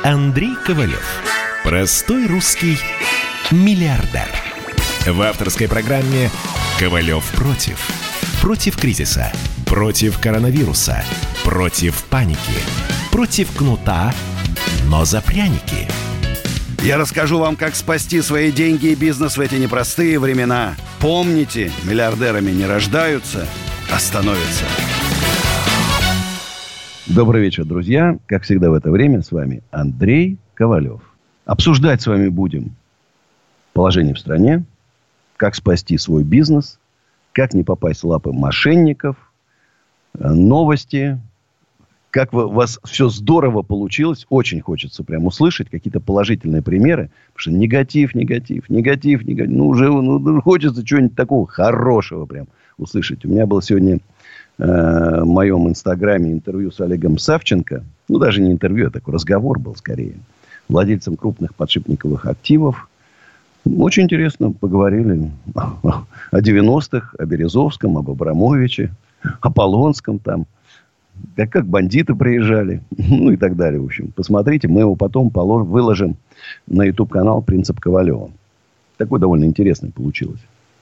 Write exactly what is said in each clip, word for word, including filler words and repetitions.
Андрей Ковалев. Простой русский миллиардер. В авторской программе «Ковалев против». Против кризиса, против коронавируса, против паники, против кнута, но за пряники. Я расскажу вам, как спасти свои деньги и бизнес в эти непростые времена. Помните, миллиардерами не рождаются, а становятся. Добрый вечер, друзья. Как всегда в это время с вами Андрей Ковалев. Обсуждать с вами будем положение в стране, как спасти свой бизнес, как не попасть в лапы мошенников, новости, как у вас все здорово получилось. Очень хочется прям услышать какие-то положительные примеры. Потому что негатив, негатив, негатив, негатив. Ну, уже ну, хочется чего-нибудь такого хорошего прям услышать. У меня было сегодня э, в моем инстаграме интервью с Олегом Савченко. Ну, даже не интервью, а такой разговор был скорее. Владельцем крупных подшипниковых активов. Очень интересно поговорили о девяностых, о Березовском, об Абрамовиче, о Полонском там. Как, как бандиты приезжали. Ну и так далее. В общем, посмотрите. Мы его потом полож... выложим на YouTube-канал «Принцип Ковалева». Такой довольно интересный получилось.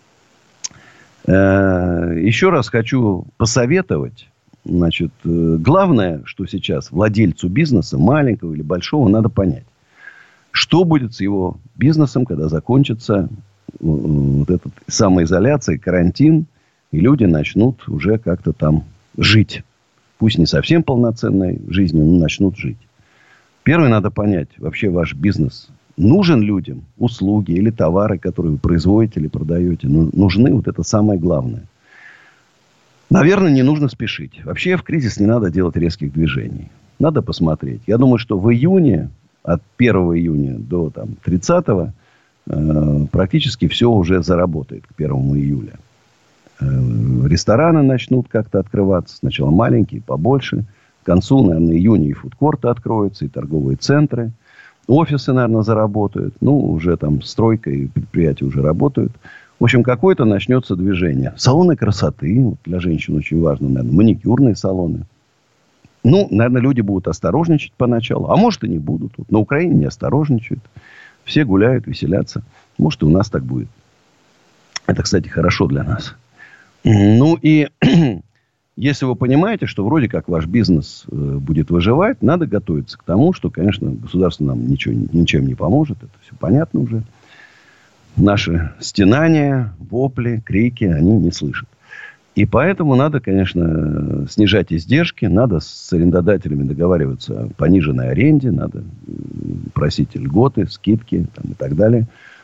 Еще раз хочу посоветовать. Значит, главное, что сейчас владельцу бизнеса, маленького или большого, надо понять. Что будет с его бизнесом, когда закончится вот эта самоизоляция, карантин, и люди начнут уже как-то там жить. Пусть не совсем полноценной жизнью, но начнут жить. Первое, надо понять, вообще ваш бизнес нужен людям, услуги или товары, которые вы производите или продаете. Ну, нужны, вот это самое главное. Наверное, не нужно спешить. Вообще в кризис не надо делать резких движений. Надо посмотреть. Я думаю, что в июне, от первого июня до там, тридцатого, э, практически все уже заработает к первому июля. Э, рестораны начнут как-то открываться. Сначала маленькие, побольше. К концу, наверное, июня и фудкорты откроются, и торговые центры. Офисы, наверное, заработают. Ну, уже там стройка и предприятия уже работают. В общем, какое-то начнется движение. Салоны красоты. Вот для женщин очень важно, наверное, маникюрные салоны. Ну, наверное, люди будут осторожничать поначалу. А может, и не будут. Вот на Украине не осторожничают. Все гуляют, веселятся. Может, и у нас так будет. Это, кстати, хорошо для нас. Ну, и если вы понимаете, что вроде как ваш бизнес будет выживать, надо готовиться к тому, что, конечно, государство нам ничего, ничем не поможет. Это все понятно уже. Наши стенания, вопли, крики, они не слышат. И поэтому надо, конечно, снижать издержки. Надо с арендодателями договариваться о пониженной аренде. Надо просить льготы, скидки там, и так далее.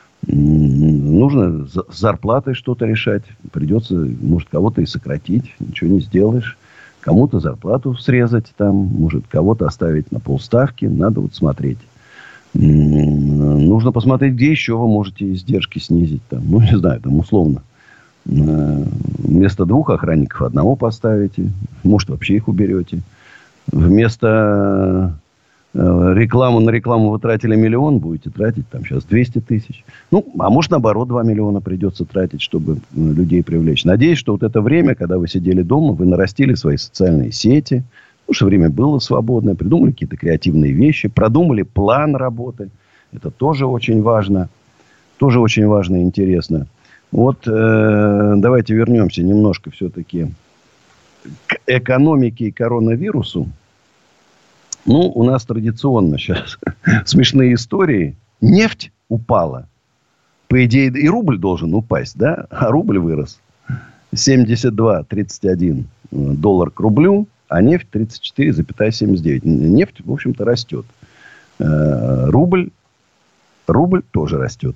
Нужно с зарплатой что-то решать. Придется, может, кого-то и сократить. Ничего не сделаешь. Кому-то зарплату срезать. Там, может, кого-то оставить на полставки. Надо вот смотреть. Нужно посмотреть, где еще вы можете издержки снизить. Там, ну, не знаю, там условно. Вместо двух охранников одного поставите. Может, вообще их уберете. Вместо рекламы на рекламу вы тратили миллион, будете тратить там сейчас двести тысяч. Ну, а может, наоборот, два миллиона придется тратить, чтобы людей привлечь. Надеюсь, что вот это время, когда вы сидели дома, вы нарастили свои социальные сети. Потому что время было свободное. Придумали какие-то креативные вещи. Продумали план работы. Это тоже очень важно. Тоже очень важно и интересно. Вот э, давайте вернемся немножко все-таки к экономике и коронавирусу. Ну, у нас традиционно сейчас смешные истории. Нефть упала. По идее, и рубль должен упасть, да? А рубль вырос. семьдесят два тридцать один доллар к рублю, а нефть тридцать четыре семьдесят девять. Нефть, в общем-то, растет. Э, рубль, рубль тоже растет.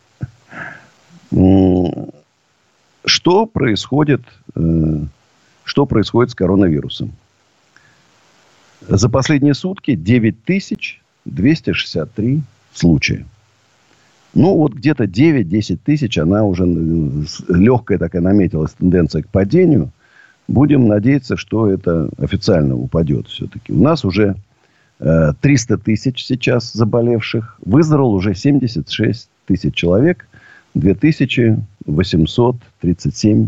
Что происходит, что происходит с коронавирусом? За последние сутки девять тысяч двести шестьдесят три случая. Ну, вот где-то девять-десять тысяч, она уже легкая такая наметилась тенденция к падению. Будем надеяться, что это официально упадет все-таки. У нас уже триста тысяч сейчас заболевших. Выздоровел уже семьдесят шесть тысяч человек. две тысячи восемьсот тридцать семь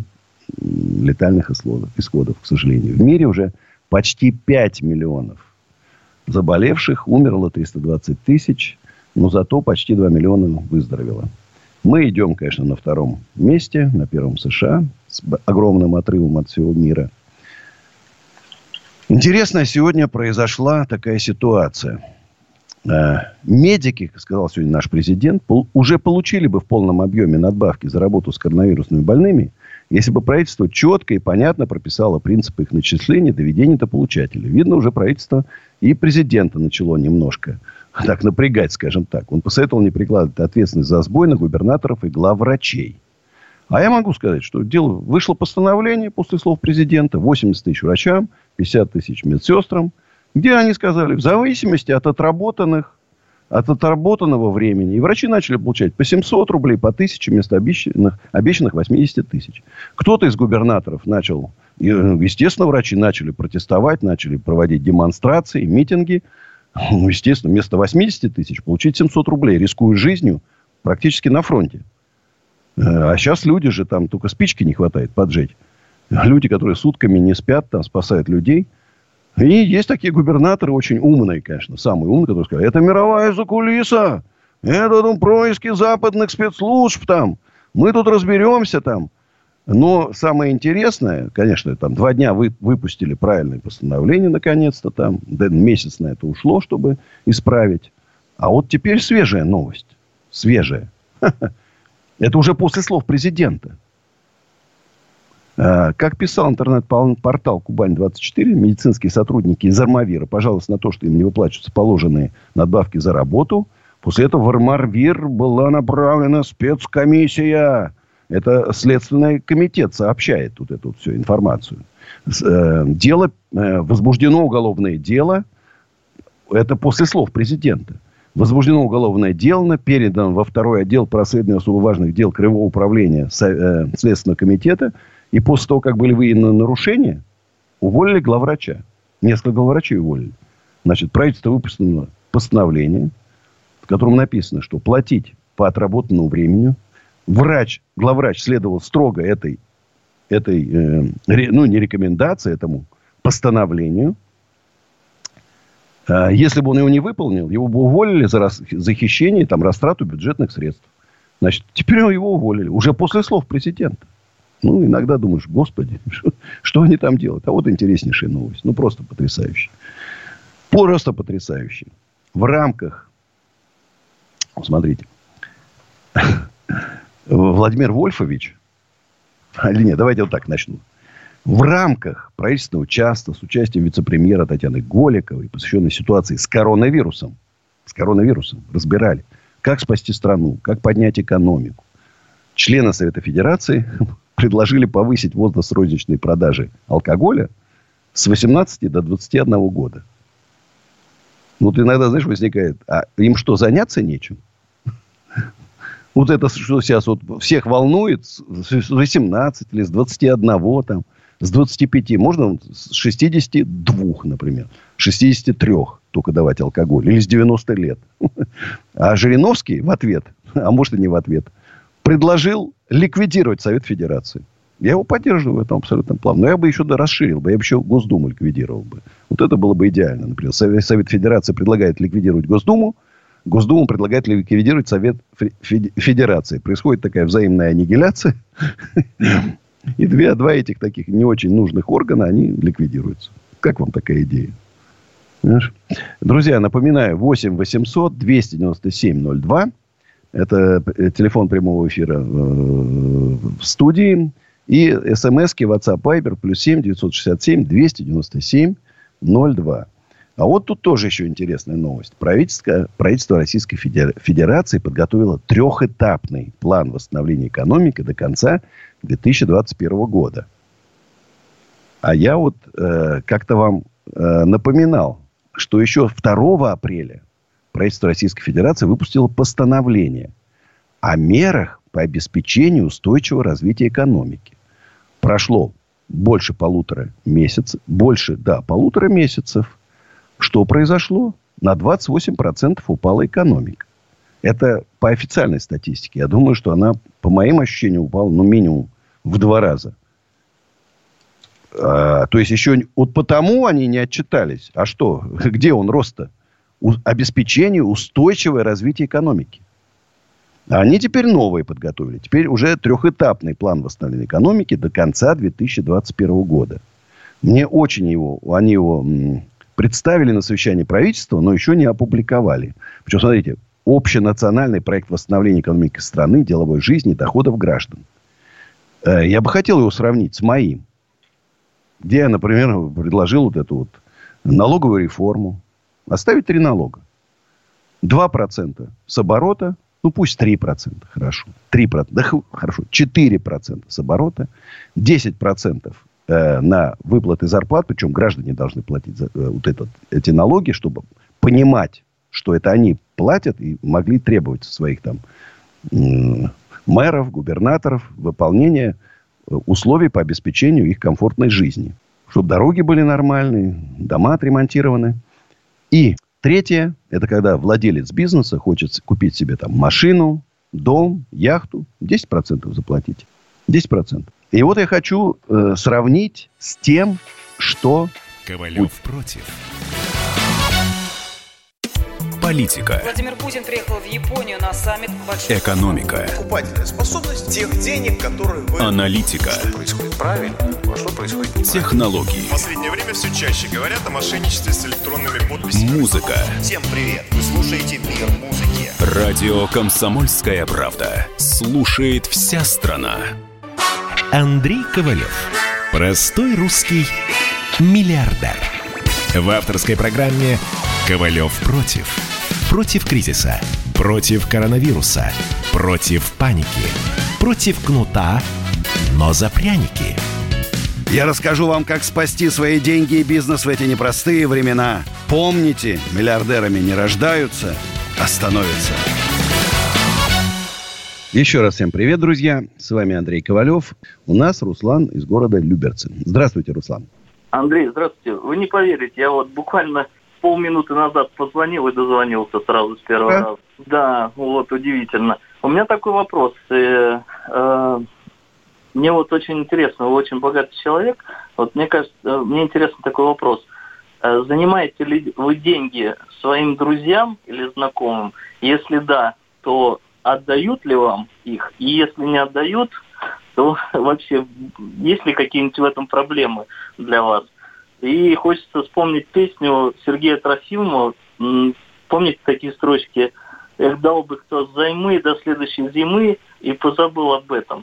летальных исходов, исходов, к сожалению. В мире уже почти пять миллионов заболевших, умерло триста двадцать тысяч, но зато почти два миллиона выздоровело. Мы идем, конечно, на втором месте, на первом США, с огромным отрывом от всего мира. Интересно, сегодня произошла такая ситуация. Медики, как сказал сегодня наш президент, уже получили бы в полном объеме надбавки за работу с коронавирусными больными, если бы правительство четко и понятно прописало принципы их начисления, доведения до получателей. Видно, уже правительство и президента начало немножко так напрягать, скажем так. Он посоветовал не прикладывать ответственность за сбой на губернаторов и главврачей. А я могу сказать, что дело, вышло постановление после слов президента: восемьдесят тысяч врачам, пятьдесят тысяч медсестрам, где они сказали, в зависимости от отработанных, от отработанного времени. И врачи начали получать по семьсот рублей, по тысяче вместо обещанных, обещанных восемьдесят тысяч. Кто-то из губернаторов начал, естественно, врачи начали протестовать, начали проводить демонстрации, митинги. Ну, естественно, вместо восемьдесят тысяч получить семьсот рублей, рискуя жизнью практически на фронте. А сейчас люди же, там только спички не хватает поджечь. Люди, которые сутками не спят, там спасают людей. И есть такие губернаторы очень умные, конечно, самые умные, которые сказали, это мировая закулиса, это там происки западных спецслужб там, мы тут разберемся там. Но самое интересное, конечно, там два дня вы, выпустили правильное постановление, наконец-то там, да, месяц на это ушло, чтобы исправить. А вот теперь свежая новость, свежая. Это уже после слов президента. Как писал интернет-портал Кубань двадцать четыре, медицинские сотрудники из Армавира пожаловались на то, что им не выплачиваются положенные надбавки за работу. После этого в Армавир была направлена спецкомиссия. Это Следственный комитет сообщает вот эту вот всю информацию. Дело, возбуждено уголовное дело. Это после слов президента. Возбуждено уголовное дело, передано во второй отдел по расследованию особо важных дел Краевого управления Следственного комитета. И после того, как были выявлены нарушения, уволили главврача. Несколько главврачей уволили. Значит, правительство выпустило постановление, в котором написано, что платить по отработанному времени. Врач, главврач следовал строго этой, этой э, ну, не рекомендации, этому постановлению. Если бы он его не выполнил, его бы уволили за, рас... за хищение, там, растрату бюджетных средств. Значит, теперь его уволили. Уже после слов президента. Ну, иногда думаешь, господи, что, что они там делают? А вот интереснейшая новость. Ну, просто потрясающе. Просто потрясающе. В рамках... Смотрите. Владимир Вольфович... Или нет, давайте вот так начну. В рамках правительственного часа с участием вице-премьера Татьяны Голиковой, посвященной ситуации с коронавирусом, с коронавирусом, разбирали, как спасти страну, как поднять экономику. Члены Совета Федерации предложили повысить возраст розничной продажи алкоголя с восемнадцати до двадцати одного года. Вот иногда, знаешь, возникает, а им что, заняться нечем? Вот это, что сейчас вот всех волнует, с восемнадцати или с двадцати одного там, с двадцати пяти, можно с шестидесяти двух, например, шестидесяти трёх только давать алкоголь, или с девяноста лет. А Жириновский в ответ, а может и не в ответ, предложил ликвидировать Совет Федерации. Я его поддерживаю в этом абсолютном плане. Но я бы еще да, расширил бы, я бы еще Госдуму ликвидировал бы. Вот это было бы идеально. Например, Совет Федерации предлагает ликвидировать Госдуму, Госдума предлагает ликвидировать Совет Федерации. Происходит такая взаимная аннигиляция. И две, два этих таких не очень нужных органа, они ликвидируются. Как вам такая идея? Понимаешь? Друзья, напоминаю, восемь восемьсот двести девяносто семь ноль два. Это телефон прямого эфира в студии. И смски WhatsApp Viber плюс семь девятьсот шестьдесят семь двести девяносто семь ноль два. А вот тут тоже еще интересная новость. Правительство, правительство Российской Федерации подготовило трехэтапный план восстановления экономики до конца две тысячи двадцать первого года. А я вот э, как-то вам э, напоминал, что еще второго апреля правительство Российской Федерации выпустило постановление о мерах по обеспечению устойчивого развития экономики. Прошло больше полутора месяцев. Больше, да, полутора месяцев. Что произошло? На двадцать восемь процентов упала экономика. Это по официальной статистике. Я думаю, что она, по моим ощущениям, упала, ну, минимум в два раза. А, то есть, еще вот потому они не отчитались. А что? Где он рост-то? У, обеспечение устойчивое развитие экономики. А они теперь новые подготовили. Теперь уже трехэтапный план восстановления экономики до конца две тысячи двадцать первого года. Мне очень его... Они его м, представили на совещании правительства, но еще не опубликовали. Причем, смотрите, общенациональный проект восстановления экономики страны, деловой жизни и доходов граждан. Э, я бы хотел его сравнить с моим. Где я, например, предложил вот эту вот налоговую реформу. Оставить три налога. два процента с оборота. Ну, пусть три процента. Хорошо. три процента. Да, хорошо. четыре процента с оборота. десять процентов э, на выплаты зарплат. Причем граждане должны платить за, э, вот этот, эти налоги, чтобы понимать, что это они платят. И могли требовать своих там э, мэров, губернаторов выполнения условий по обеспечению их комфортной жизни. Чтобы дороги были нормальные, дома отремонтированы. И третье, это когда владелец бизнеса хочет купить себе там машину, дом, яхту, десять процентов заплатить. десять процентов. И вот я хочу э, сравнить с тем, что... Ковалев против. Политика. Владимир Путин приехал в Японию на саммит большой... Экономика. Покупательная способность тех денег, которые вы... Аналитика. Что происходит правильно, а что происходит неправильно. Технологии. В последнее время все чаще говорят о мошенничестве с электронными подписями. Музыка. Всем привет! Вы слушаете «Мир музыки». Радио «Комсомольская правда». Слушает вся страна. Андрей Ковалев. Простой русский миллиардер. В авторской программе «Ковалев против». Против кризиса. Против коронавируса. Против паники. Против кнута, но за пряники. Я расскажу вам, как спасти свои деньги и бизнес в эти непростые времена. Помните, миллиардерами не рождаются, а становятся. Еще раз всем привет, друзья. С вами Андрей Ковалев. У нас Руслан из города Люберцы. Здравствуйте, Руслан. Андрей, здравствуйте. Вы не поверите, я вот буквально полминуты назад позвонил и дозвонился сразу с первого а? раза. Да, вот удивительно. У меня такой вопрос. Э, э, мне вот очень интересно, вы очень богатый человек. Вот мне кажется, мне интересен такой вопрос. Э, занимаете ли вы деньги своим друзьям или знакомым? Если да, то отдают ли вам их? И если не отдают, то вообще есть ли какие-нибудь в этом проблемы для вас? И хочется вспомнить песню Сергея Трофимова. Помните такие строчки? «Эх, дал бы кто взаймы до следующей зимы и позабыл об этом».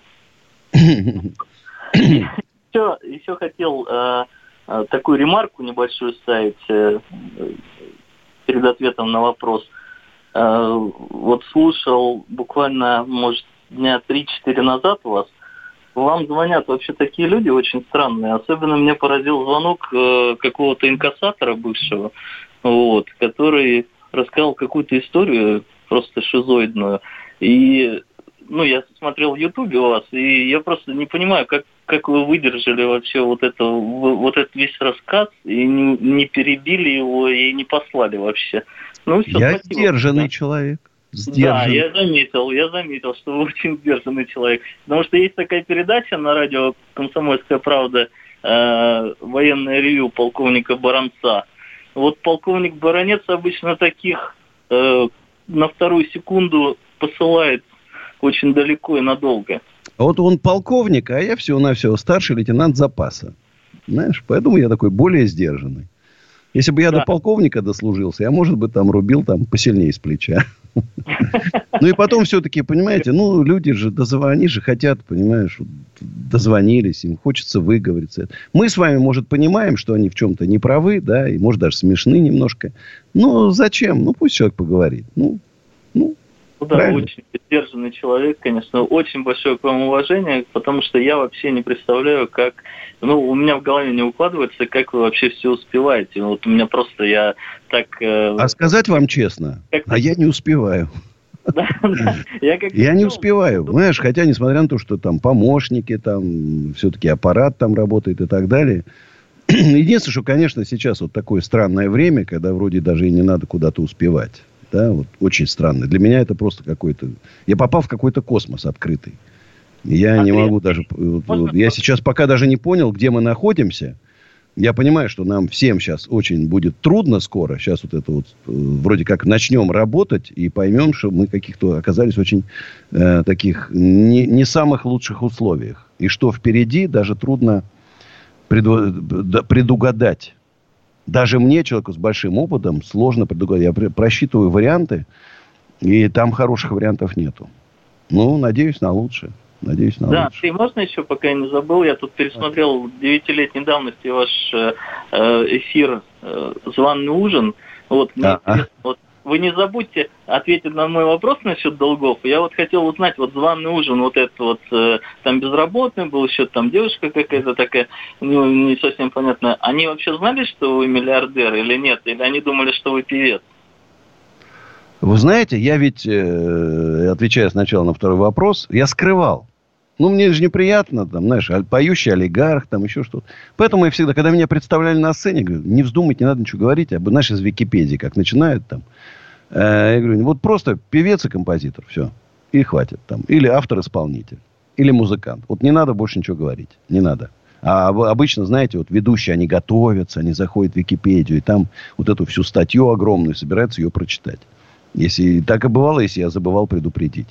Еще, еще хотел э, такую ремарку небольшую ставить э, перед ответом на вопрос. Э, вот слушал буквально, может, дня три-четыре назад вас. Вам звонят вообще такие люди очень странные. Особенно меня поразил звонок э, какого-то инкассатора бывшего, вот, который рассказал какую-то историю просто шизоидную. И, ну, я смотрел в Ютубе у вас, и я просто не понимаю, как, как вы выдержали вообще вот это, вот этот весь рассказ, и не, не перебили его, и не послали вообще. Ну, все, я спасибо. сдержанный человек. Сдержан. Да, я заметил, я заметил, что вы очень сдержанный человек. Потому что есть такая передача на радио «Комсомольская правда», э, военное ревью полковника Баранца. Вот полковник Баранец обычно таких э, на вторую секунду посылает очень далеко и надолго. А вот он полковник, а я всего-навсего старший лейтенант запаса. Знаешь, поэтому я такой более сдержанный. Если бы я да. до полковника дослужился, я, может быть, там рубил там посильнее с плеча. Ну и потом все-таки, понимаете, ну люди же, они же хотят, понимаешь, дозвонились, им хочется выговориться. Мы с вами, может, понимаем, что они в чем-то не правы, да, и, может, даже смешны немножко. Ну, зачем? Ну, пусть человек поговорит. Ну, ну, ну да, правильно. Очень сдержанный человек, конечно. Очень большое к вам уважение, потому что я вообще не представляю, как... Ну, у меня в голове не укладывается, как вы вообще все успеваете. Вот у меня просто я так... Э... А сказать вам честно, как-то... а я не успеваю. Да, да. Я, я не успеваю, знаешь, хотя, несмотря на то, что там помощники, там все-таки аппарат там работает и так далее. Единственное, что, конечно, сейчас вот такое странное время, когда вроде даже и не надо куда-то успевать. Да, вот очень странно. Для меня это просто какой-то... Я попал в какой-то космос открытый. Я Андрей, не могу даже... можно... Я сейчас пока даже не понял, где мы находимся. Я понимаю, что нам всем сейчас очень будет трудно скоро. Сейчас вот это вот вроде как начнем работать и поймем, что мы каких-то оказались в очень э, таких не, не самых лучших условиях. И что впереди даже трудно преду, предугадать. Даже мне, человеку с большим опытом, сложно предугадать. Я просчитываю варианты, и там хороших вариантов нету. Ну, надеюсь на лучшее. Надеюсь, на да, лучшее. ты можно еще, пока я не забыл, я тут пересмотрел девятилетней давности ваш э, эфир э, «Званый ужин». Вот, мне а, интересно, а? вот вы не забудьте ответить на мой вопрос насчет долгов. Я вот хотел узнать, вот «Званый ужин», вот это вот, э, там безработный был еще, там девушка какая-то такая, ну, не совсем понятно. Они вообще знали, что вы миллиардер или нет? Или они думали, что вы певец? Вы знаете, я ведь, э, отвечая сначала на второй вопрос, я скрывал. Ну, мне же неприятно, там, знаешь, поющий олигарх, там, еще что-то. Поэтому я всегда, когда меня представляли на сцене, говорю, не вздумайте, не надо ничего говорить. Об, знаешь, из Википедии, как начинают там. Э, я говорю, вот просто певец и композитор, все. И хватит там. Или автор-исполнитель. Или музыкант. Вот не надо больше ничего говорить. Не надо. А обычно, знаете, вот ведущие, они готовятся, они заходят в Википедию, и там вот эту всю статью огромную собираются ее прочитать. Если так и бывало, если я забывал предупредить.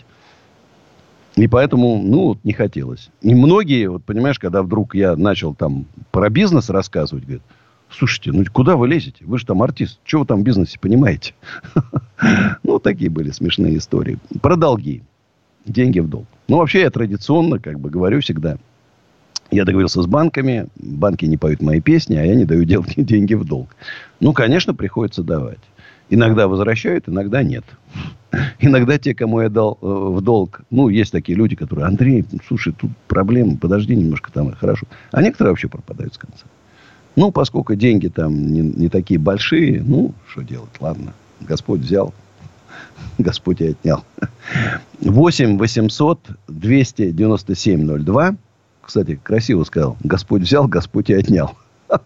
И поэтому, ну, не хотелось. И многие, вот понимаешь, когда вдруг я начал там про бизнес рассказывать, говорят, слушайте, ну куда вы лезете? Вы же там артист. Что вы там в бизнесе понимаете? Ну, такие были смешные истории. Про долги. Деньги в долг. Ну, вообще, я традиционно, как бы, говорю всегда. Я договорился с банками. Банки не поют мои песни, а я не даю деньги в долг. Ну, конечно, приходится давать. Иногда возвращают, иногда нет. Иногда те, кому я дал э, в долг, ну, есть такие люди, которые, Андрей, слушай, тут проблемы, подожди немножко, там хорошо. А некоторые вообще пропадают с конца. Ну, поскольку деньги там не, не такие большие, ну, что делать, ладно. Господь взял, Господь и отнял. восемь восемьсот двести девяносто семь ноль два. Кстати, красиво сказал. Господь взял, Господь и отнял.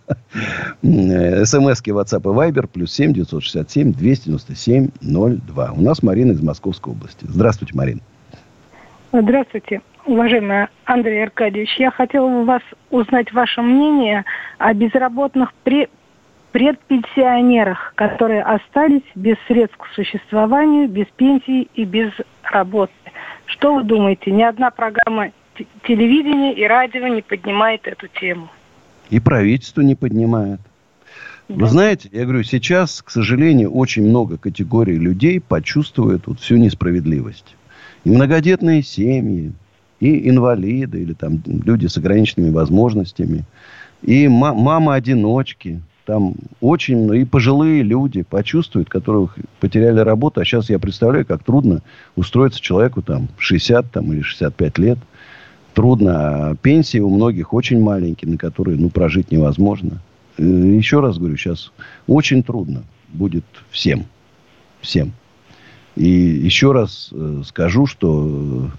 СМСки WhatsApp и Viber плюс семь девятьсот шестьдесят семь двести девяносто семь ноль два. У нас Марина из Московской области. Здравствуйте, Марина. Здравствуйте, уважаемый Андрей Аркадьевич. Я хотела бы вас узнать ваше мнение о безработных пре- предпенсионерах, которые остались без средств к существованию, без пенсии и без работы. Что вы думаете? Ни одна программа т- телевидения и радио не поднимает эту тему. И правительство не поднимает. Да. Вы знаете, я говорю, сейчас, к сожалению, очень много категорий людей почувствуют вот всю несправедливость. И многодетные семьи, и инвалиды, или там люди с ограниченными возможностями, и ма- мамы-одиночки, там очень много, и пожилые люди почувствуют, которые потеряли работу. А сейчас я представляю, как трудно устроиться человеку там шестьдесят там, или шестьдесят пять лет. Трудно. А пенсии у многих очень маленькие, на которые, ну, прожить невозможно. Еще раз говорю, сейчас очень трудно будет всем. Всем. И еще раз скажу, что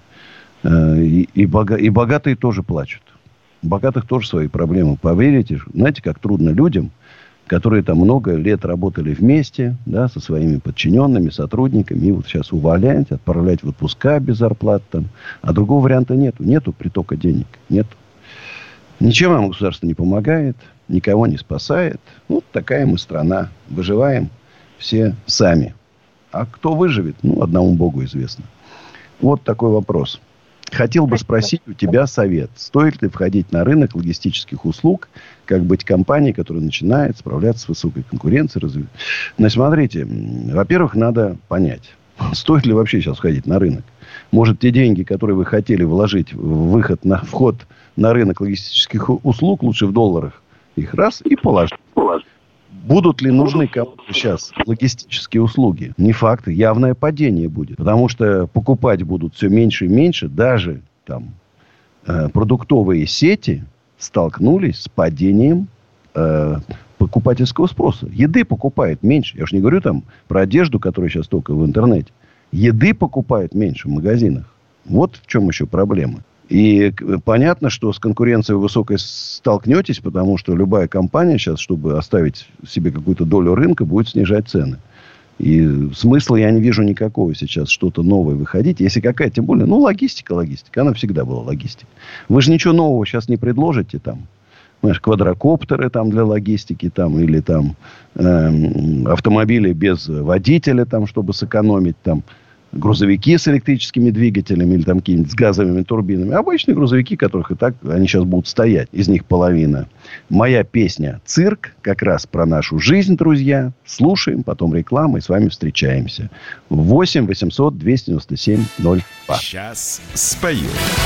и, и, бога, и богатые тоже плачут. У богатых тоже свои проблемы. Поверите, знаете, как трудно людям, которые там много лет работали вместе, да, со своими подчиненными, сотрудниками, и вот сейчас увольнять, отправлять в отпуска без зарплат там. А другого варианта нету. Нету притока денег. Нету. Ничем нам государство не помогает, никого не спасает. Вот такая мы страна. Выживаем все сами. А кто выживет, ну, одному Богу известно. Вот такой вопрос. Хотел бы спросить у тебя совет. Стоит ли входить на рынок логистических услуг, как быть компанией, которая начинает справляться с высокой конкуренцией? Разв... Ну, смотрите, во-первых, надо понять, стоит ли вообще сейчас входить на рынок. Может, те деньги, которые вы хотели вложить в выход на вход на рынок логистических услуг, лучше в долларах их раз и положить. Будут ли нужны кому-то сейчас логистические услуги? Не факт. Явное падение будет. Потому что покупать будут все меньше и меньше. Даже там э, продуктовые сети столкнулись с падением э, покупательского спроса. Еды покупает меньше. Я уж не говорю там про одежду, которая сейчас только в интернете. Еды покупает меньше в магазинах. Вот в чем еще проблема. И понятно, что с конкуренцией высокой столкнетесь, потому что любая компания сейчас, чтобы оставить себе какую-то долю рынка, будет снижать цены. И смысла я не вижу никакого сейчас что-то новое выходить. Если какая, тем более, ну, логистика, логистика. Она всегда была логистика. Вы же ничего нового сейчас не предложите там. Знаешь, квадрокоптеры там для логистики там, или там э, автомобили без водителя, там, чтобы сэкономить там. Грузовики с электрическими двигателями или там какие-нибудь с газовыми турбинами. Обычные грузовики, которых и так они сейчас будут стоять. Из них половина. Моя песня «Цирк» как раз про нашу жизнь, друзья. Слушаем, потом реклама и с вами встречаемся. восемь восемьсот двести девяносто семь ноль два. Сейчас спою.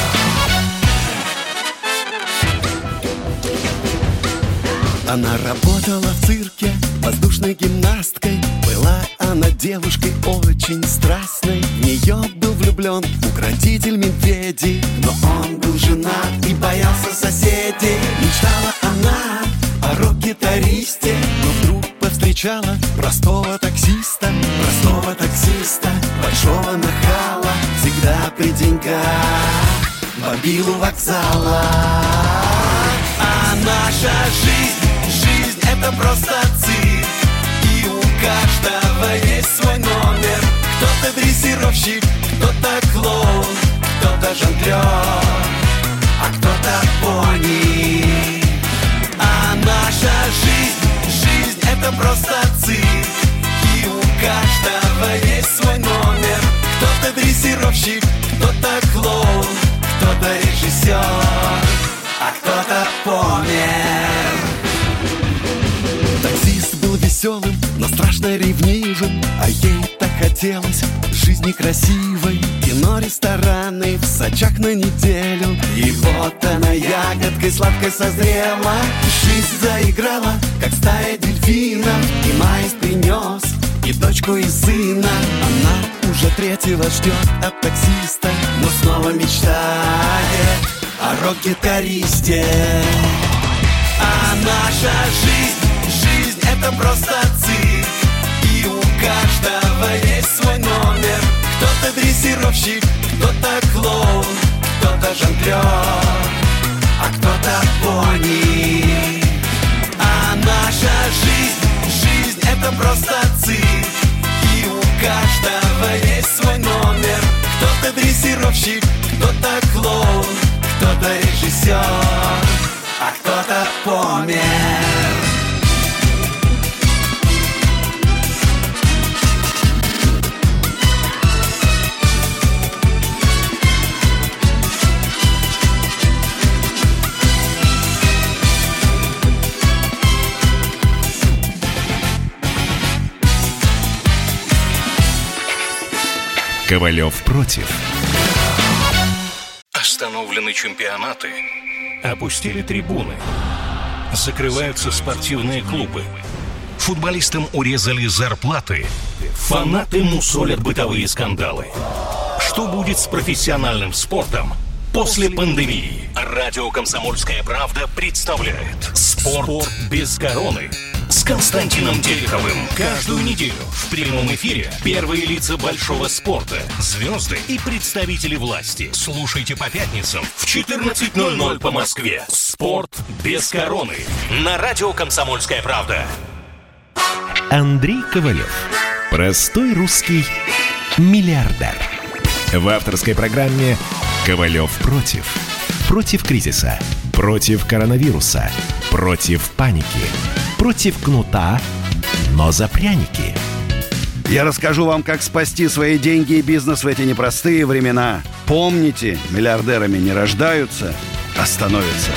Она работала в цирке воздушной гимнасткой. Была она девушкой очень страстной. В нее был влюблен укротитель медведей, но он был женат и боялся соседей. Мечтала она о рок-гитаристе, но вдруг повстречала простого таксиста. Простого таксиста, большого нахала, всегда при деньгах, бомбил у вокзала. А наша жизнь, жизнь это просто цирк. И у каждого есть свой номер. Кто-то дрессировщик, кто-то клоун, кто-то жонглер, а кто-то пони. А наша жизнь, жизнь это просто цирк. И у каждого есть свой номер. Кто-то дрессировщик, кто-то клоун, кто-то режиссер, а кто-то помер. Таксист был веселым, но страшно ревнивым, а ей так хотелось жизни красивой. Кино, рестораны, в Сочах на неделю. И вот она ягодкой сладкой созрела. Жизнь заиграла, как стая дельфинов. И маис принес и дочку, и сына. Она уже третьего ждет от таксиста, но снова мечтает о рок-гитаристе. А наша жизнь, жизнь это просто цирк. И у каждого есть свой номер. Кто-то дрессировщик, кто-то клоун, кто-то жонглер, а кто-то пони. А наша жизнь, жизнь это просто цирк. И у каждого есть свой номер. Кто-то дрессировщик, кто-то клоун, кто-то режиссер, а кто-то помер. Ковалев против. Остановлены чемпионаты. Опустили трибуны. Закрываются спортивные клубы. Футболистам урезали зарплаты. Фанаты мусолят бытовые скандалы. Что будет с профессиональным спортом после пандемии? Радио «Комсомольская правда» представляет «Спорт без короны» с Константином Тереховым. Каждую неделю в прямом эфире первые лица большого спорта, звезды и представители власти. Слушайте по пятницам в четырнадцать ноль ноль по Москве. «Спорт без короны» на радио «Комсомольская правда». Андрей Ковалев. Простой русский миллиардер. В авторской программе «Ковалев против». Против кризиса, против коронавируса, против паники, против кнута, но за пряники. Я расскажу вам, как спасти свои деньги и бизнес в эти непростые времена. Помните, миллиардерами не рождаются, а становятся.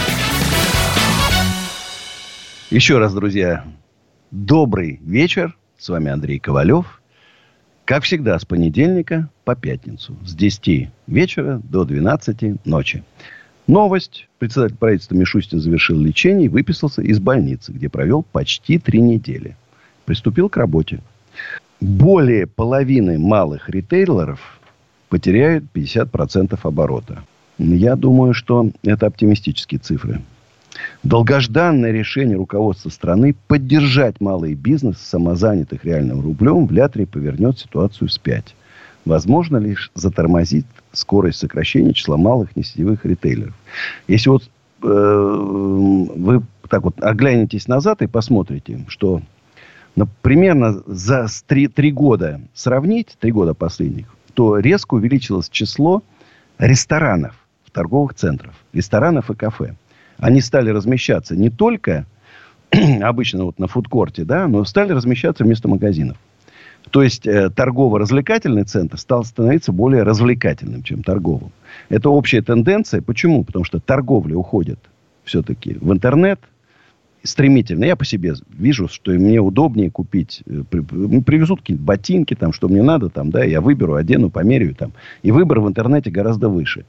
Еще раз, друзья, добрый вечер. С вами Андрей Ковалев. Как всегда, с понедельника по пятницу. С десяти вечера до двенадцати ночи. Новость. Председатель правительства Мишустин завершил лечение и выписался из больницы, где провел почти три недели. Приступил к работе. Более половины малых ритейлеров потеряют пятьдесят процентов оборота. Я думаю, что это оптимистические цифры. Долгожданное решение руководства страны поддержать малый бизнес, самозанятых реальным рублем, вряд ли повернет ситуацию вспять. Возможно лишь затормозит скорость сокращения числа малых несетевых ритейлеров. Если вот э, вы так вот оглянетесь назад и посмотрите, что но примерно за три, три года сравнить, три года последних, то резко увеличилось число ресторанов в торговых центрах, ресторанов и кафе. Они стали размещаться не только обычно вот на фудкорте, да, но стали размещаться вместо магазинов. То есть э, торгово-развлекательный центр стал становиться более развлекательным, чем торговым. Это общая тенденция. Почему? Потому что торговля уходит все-таки в интернет стремительно. Я по себе вижу, что мне удобнее купить. Э, при, привезут какие-то ботинки, там, что мне надо, там, да, я выберу, одену, померяю. Там, и выбор в интернете гораздо выше.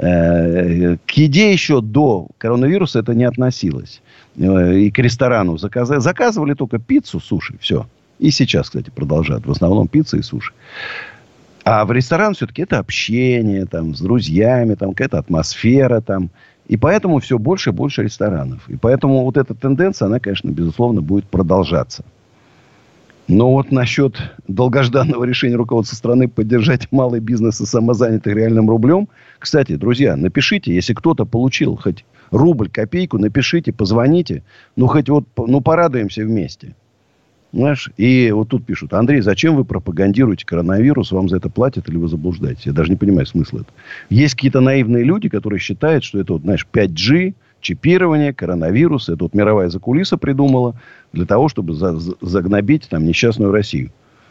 Э, к еде еще до коронавируса это не относилось. Э, и к ресторану заказали. Заказывали только пиццу, суши, все. И сейчас, кстати, продолжают. В основном пицца и суши. А в ресторан все-таки это общение там, с друзьями, там, какая-то атмосфера. Там. И поэтому все больше и больше ресторанов. И поэтому вот эта тенденция, она, конечно, безусловно, будет продолжаться. Но вот насчет долгожданного решения руководства страны поддержать малый бизнес и самозанятых реальным рублем. Кстати, друзья, напишите, если кто-то получил хоть рубль, копейку, напишите, позвоните. Ну, хоть вот, ну, порадуемся вместе. Знаешь, и вот тут пишут: Андрей, зачем вы пропагандируете коронавирус? Вам за это платят или вы заблуждаетесь? Я даже не понимаю смысла этого. Есть какие-то наивные люди, которые считают, что это, вот, знаешь, пять джи, чипирование, коронавирус. Это вот мировая закулиса придумала для того, чтобы за- загнобить там несчастную Россию.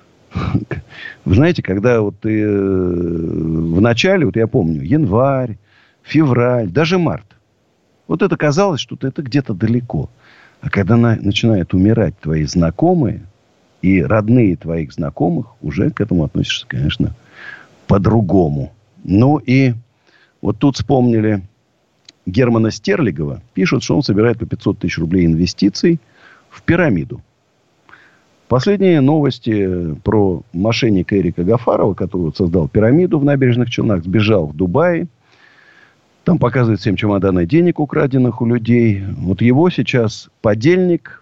Вы знаете, когда вот ты в начале, вот я помню, январь, февраль, даже март. Вот это казалось, что это где-то далеко. А когда на, начинают умирать твои знакомые и родные твоих знакомых, уже к этому относишься, конечно, по-другому. Ну и вот тут вспомнили Германа Стерлигова. Пишут, что он собирает по пятьсот тысяч рублей инвестиций в пирамиду. Последние новости про мошенника Эрика Гафарова, который создал пирамиду в Набережных Челнах, сбежал в Дубае. Там показывают семь чемоданов денег, украденных у людей. Вот его сейчас подельник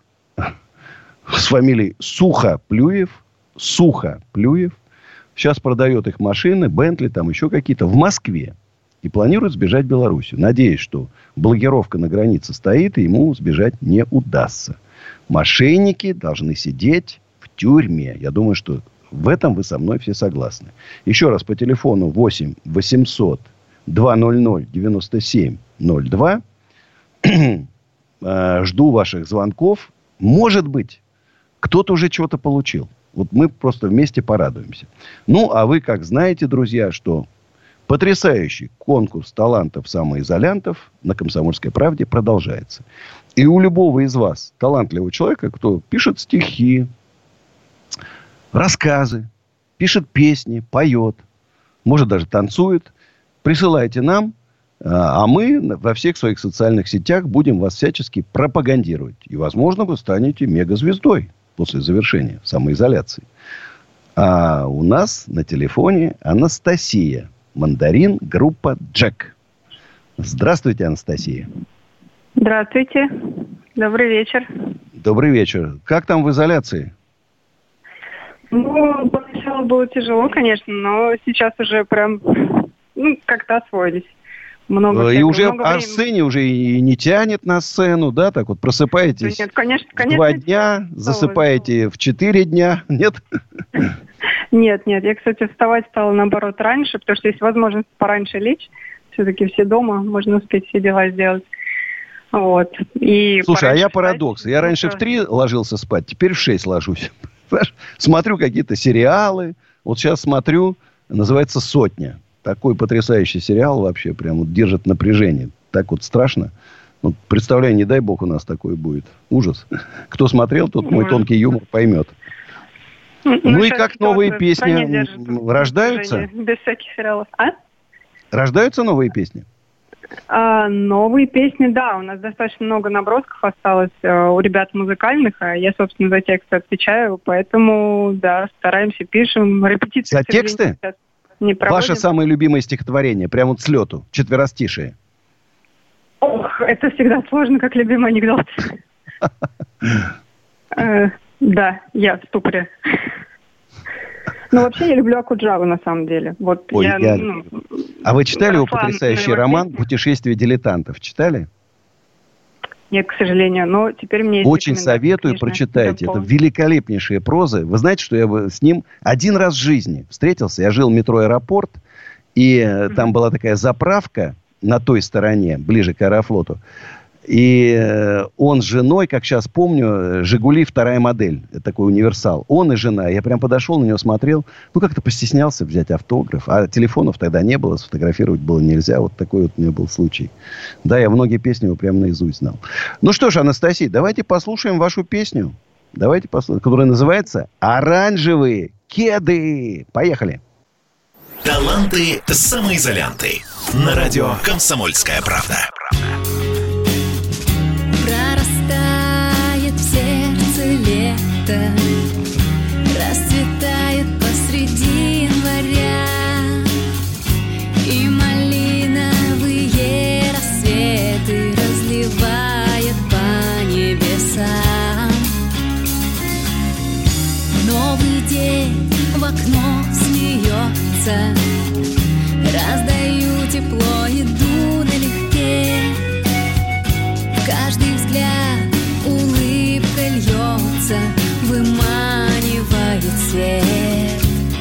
с фамилией Сухоплюев, Сухоплюев, сейчас продает их машины, Бентли, там еще какие-то, в Москве. И планирует сбежать в Белоруссию. Надеюсь, что блокировка на границе стоит, и ему сбежать не удастся. Мошенники должны сидеть в тюрьме. Я думаю, что в этом вы со мной все согласны. Еще раз по телефону восемь восемьсот двести девяносто семь ноль два. Жду ваших звонков. Может быть, кто-то уже чего-то получил. Вот мы просто вместе порадуемся. Ну, а вы как знаете, друзья, что потрясающий конкурс талантов-самоизолянтов на «Комсомольской правде» продолжается. И у любого из вас, талантливого человека, кто пишет стихи, рассказы, пишет песни, поет, может, даже танцует, присылайте нам, а мы во всех своих социальных сетях будем вас всячески пропагандировать. И, возможно, вы станете мегазвездой после завершения самоизоляции. А у нас на телефоне Анастасия. Мандарин, группа «Джек». Здравствуйте, Анастасия. Здравствуйте. Добрый вечер. Добрый вечер. Как там в изоляции? Ну, поначалу было тяжело, конечно, но сейчас уже прям, ну, как-то освоились. Много и всякого, уже много о времени. сцене уже и не тянет на сцену, да? Так вот просыпаетесь Нет, конечно, в конечно, два дня, засыпаете в четыре дня, нет? Нет, нет. Я, кстати, вставать стала, наоборот, раньше, потому что есть возможность пораньше лечь. Все-таки все дома, можно успеть все дела сделать. Вот. И слушай, а я встать, парадокс. Я раньше в три ложился спать, теперь в шесть ложусь. Смотрю какие-то сериалы. Вот сейчас смотрю, называется «Сотня». Такой потрясающий сериал вообще, прям вот держит напряжение. Так вот страшно. Вот, представляю, не дай бог у нас такое будет. Ужас. Кто смотрел, тот мой тонкий юмор поймет. Ну, ну и как новые песни рождаются? Без всяких сериалов. А? Рождаются новые песни? А, новые песни, да. У нас достаточно много набросков осталось а, у ребят музыкальных, а я, собственно, за тексты отвечаю. Поэтому, да, стараемся, пишем. Репетиции. За тексты? Не проводим. Ваше самое любимое стихотворение, прямо вот с лету, четверостишие. Ох, это всегда сложно, как любимый анекдот. Да, я в ступоре. Ну, вообще, я люблю Акуджаву, на самом деле. Вот Ой, я, я... Ну, а вы читали его потрясающий роман «Путешествие дилетантов»? Читали? нет, к сожалению, но теперь мне есть Очень рекомендация, советую, конечно, прочитайте. Это дополнить. великолепнейшая проза. Вы знаете, что я бы с ним один раз в жизни встретился. Я жил в метро «Аэропорт», и mm-hmm. там была такая заправка на той стороне, ближе к «Аэрофлоту». И он с женой, как сейчас помню, «Жигули» вторая модель. Это такой универсал. Он и жена. Я прям подошел, на него смотрел. Ну, как-то постеснялся взять автограф. А телефонов тогда не было, сфотографировать было нельзя. Вот такой вот у меня был случай. Да, я многие песни его прям наизусть знал. Ну что ж, Анастасия, давайте послушаем вашу песню. Давайте послушаем, которая называется «Оранжевые кеды». Поехали. Таланты самоизолянты. На радио «Комсомольская правда». Прорастает в сердце лето, расцветает посреди января, и малиновые рассветы разливает по небесам. Новый день в окно смеется, раздаю тепло, иду налегке. Каждый взгляд, улыбка льется, выманивает свет.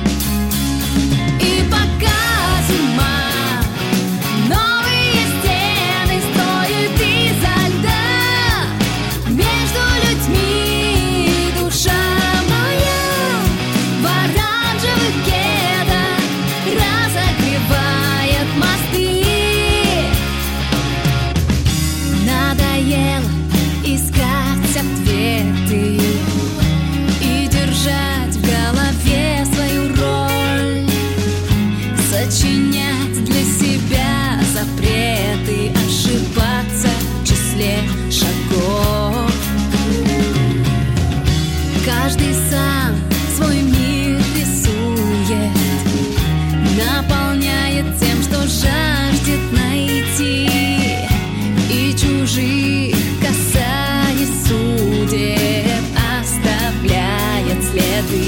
И пока зима, новые стены строит изо льда. Между людьми душа моя в оранжевых кедах разогревает мосты. Надоело искать ответы и держать в голове свою роль, сочинять для себя запреты, ошибаться в числе шагов. Каждый сам свой мир рисует, наполняет тем, что жаждет найти, и чужих, касаясь судеб, оставляет следы.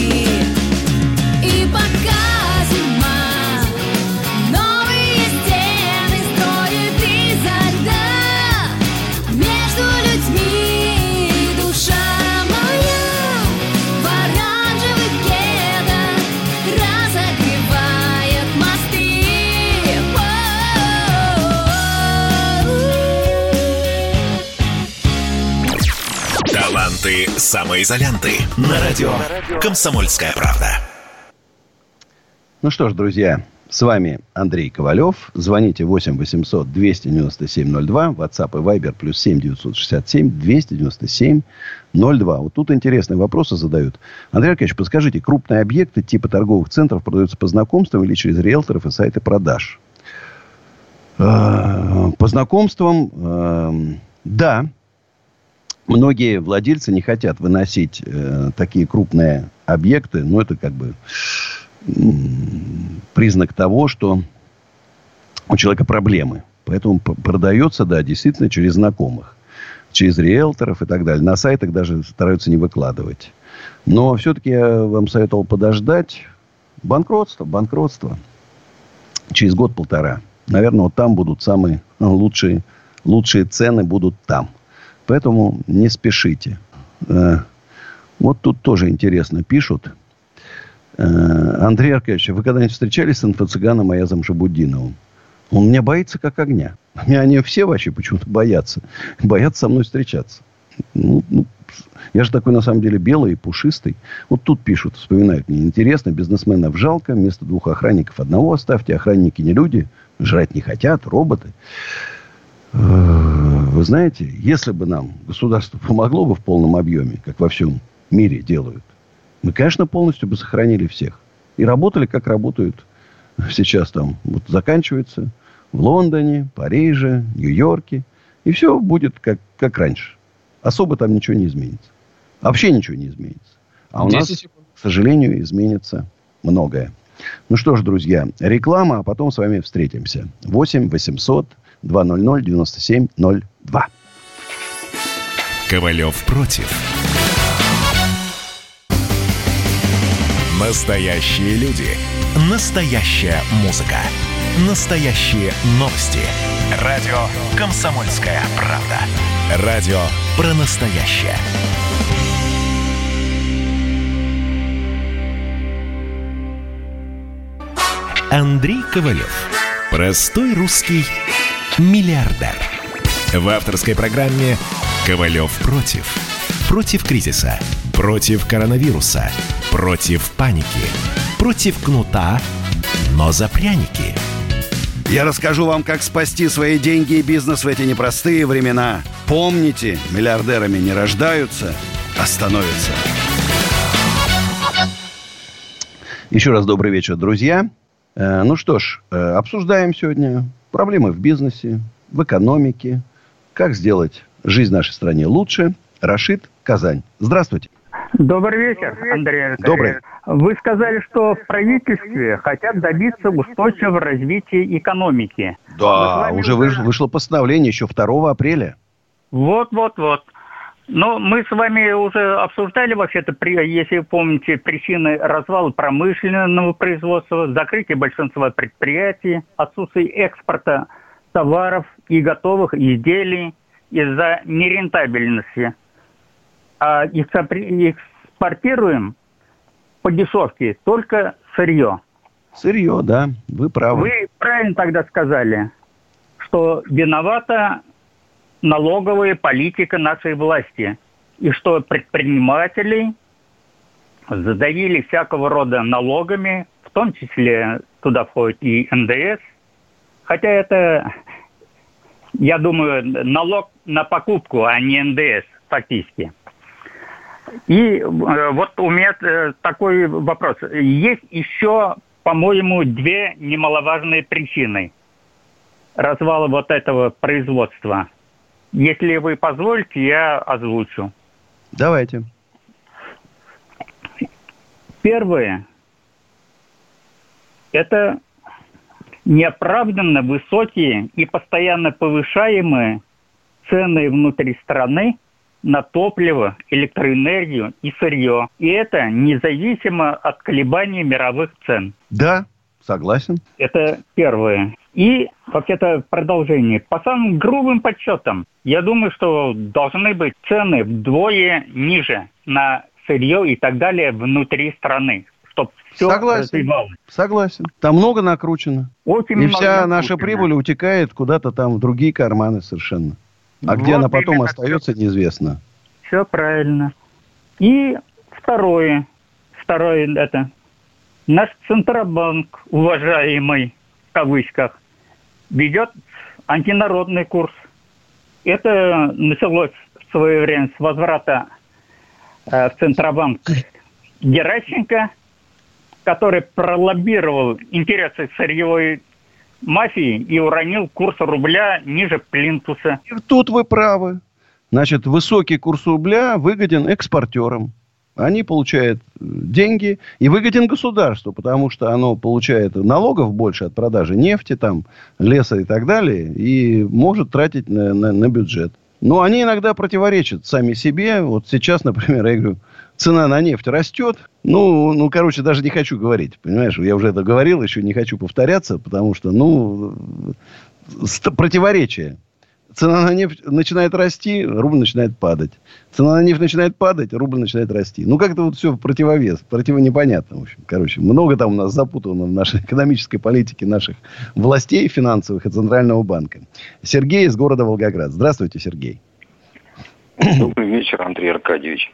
И пока зима, новые стены строит изо льда. Между людьми душа моя в оранжевых кедах разогревает мосты. Таланты самоизолянты. На радио «Комсомольская правда». Ну что ж, друзья, с вами Андрей Ковалев. Звоните восемь восемьсот двести девяносто семь ноль два. WhatsApp и Viber плюс семь девятьсот шестьдесят семь двести девяносто семь ноль два. Вот тут интересные вопросы задают. Андрей Аркадьевич, подскажите, крупные объекты типа торговых центров продаются по знакомствам или через риэлторов и сайты продаж? По знакомствам, да. Многие владельцы не хотят выносить э, такие крупные объекты. Но это как бы м- признак того, что у человека проблемы. Поэтому п- продается, да, действительно через знакомых. Через риэлторов и так далее. На сайтах даже стараются не выкладывать. Но все-таки я вам советовал подождать. Банкротство, банкротство. Через год-полтора. Наверное, вот там будут самые лучшие, лучшие цены будут там. Поэтому не спешите. Вот тут тоже интересно пишут. Андрей Аркадьевич, вы когда-нибудь встречались с инфо-цыганом Аязом Шабуддиновым? Он меня боится как огня. Меня они все вообще почему-то боятся. Боятся со мной встречаться. Ну, ну, я же такой, на самом деле, белый и пушистый. Вот тут пишут, вспоминают мне. Интересно, бизнесменов жалко. Вместо двух охранников одного оставьте. Охранники не люди. Жрать не хотят. Роботы. Вы знаете, если бы нам государство помогло бы в полном объеме, как во всем мире делают, мы, конечно, полностью бы сохранили всех. И работали, как работают сейчас там. Вот заканчивается в Лондоне, Париже, Нью-Йорке. И все будет как, как раньше. Особо там ничего не изменится. Вообще ничего не изменится. А у нас, секунд. К сожалению, изменится многое. Ну что ж, друзья, реклама, а потом с вами встретимся. восемь восемьсот двести девяносто семь ноль два. Ковалев против. Настоящие люди. Настоящая музыка. Настоящие новости. Радио «Комсомольская правда». Радио про настоящее. Андрей Ковалев. Простой русский миллиардер. В авторской программе «Ковалев против». Против кризиса. Против коронавируса. Против паники. Против кнута, но за пряники. Я расскажу вам, как спасти свои деньги и бизнес в эти непростые времена. Помните, миллиардерами не рождаются, а становятся. Еще раз добрый вечер, друзья. Э, ну что ж, э, обсуждаем сегодня проблемы в бизнесе, в экономике. Как сделать жизнь в нашей стране лучше. Рашид, Казань. Здравствуйте. Добрый вечер, Андрей. Добрый. Вы сказали, что в правительстве хотят добиться устойчивого развития экономики. Да, уже выш- вышло постановление еще второго апреля. Вот-вот-вот. Но мы с вами уже обсуждали вообще-то, если вы помните, причины развала промышленного производства, закрытия большинства предприятий, отсутствие экспорта товаров и готовых изделий из-за нерентабельности. А экспортируем по дешевке только сырье. Сырье, да, вы правы. Вы правильно тогда сказали, что виновата налоговая политика нашей власти. И что предпринимателей задавили всякого рода налогами, в том числе туда входит и эн дэ эс. Хотя это, я думаю, налог на покупку, а не эн дэ эс фактически. И вот у меня такой вопрос. Есть еще, по-моему, две немаловажные причины развала вот этого производства. Если вы позволите, я озвучу. Давайте. Первое. Это неоправданно высокие и постоянно повышаемые цены внутри страны на топливо, электроэнергию и сырье. И это независимо от колебаний мировых цен. Да, согласен. Это первое. И вообще-то продолжение. По самым грубым подсчетам, я думаю, что должны быть цены вдвое ниже на сырье и так далее внутри страны, чтобы все развивалось. Согласен. Там много накручено. Очень и много вся накручено. наша прибыль утекает куда-то там в другие карманы совершенно. А Вот где она потом именно остается, неизвестно. Все правильно. И второе. Второе это. Наш Центробанк, уважаемый, в кавычках, ведет антинародный курс. Это началось в свое время с возврата э, в Центробанк Геращенко, который пролоббировал интересы сырьевой мафии и уронил курс рубля ниже плинтуса. И тут вы правы. Значит, высокий курс рубля выгоден экспортерам. Они получают деньги и выгоден государству, потому что оно получает налогов больше от продажи нефти, там, леса и так далее, и может тратить на, на, на бюджет. Но они иногда противоречат сами себе. Вот сейчас, например, я говорю, цена на нефть растет. Ну, ну, короче, даже не хочу говорить. Понимаешь, я уже это говорил, еще не хочу повторяться, потому что, ну, противоречие. Цена на нефть начинает расти, рубль начинает падать. Цена на нефть начинает падать, рубль начинает расти. Ну, как-то вот все в противовес, противонепонятно, в общем. Короче, много там у нас запутано в нашей экономической политике наших властей финансовых и Центрального банка. Сергей из города Волгоград. Здравствуйте, Сергей. Добрый вечер, Андрей Аркадьевич.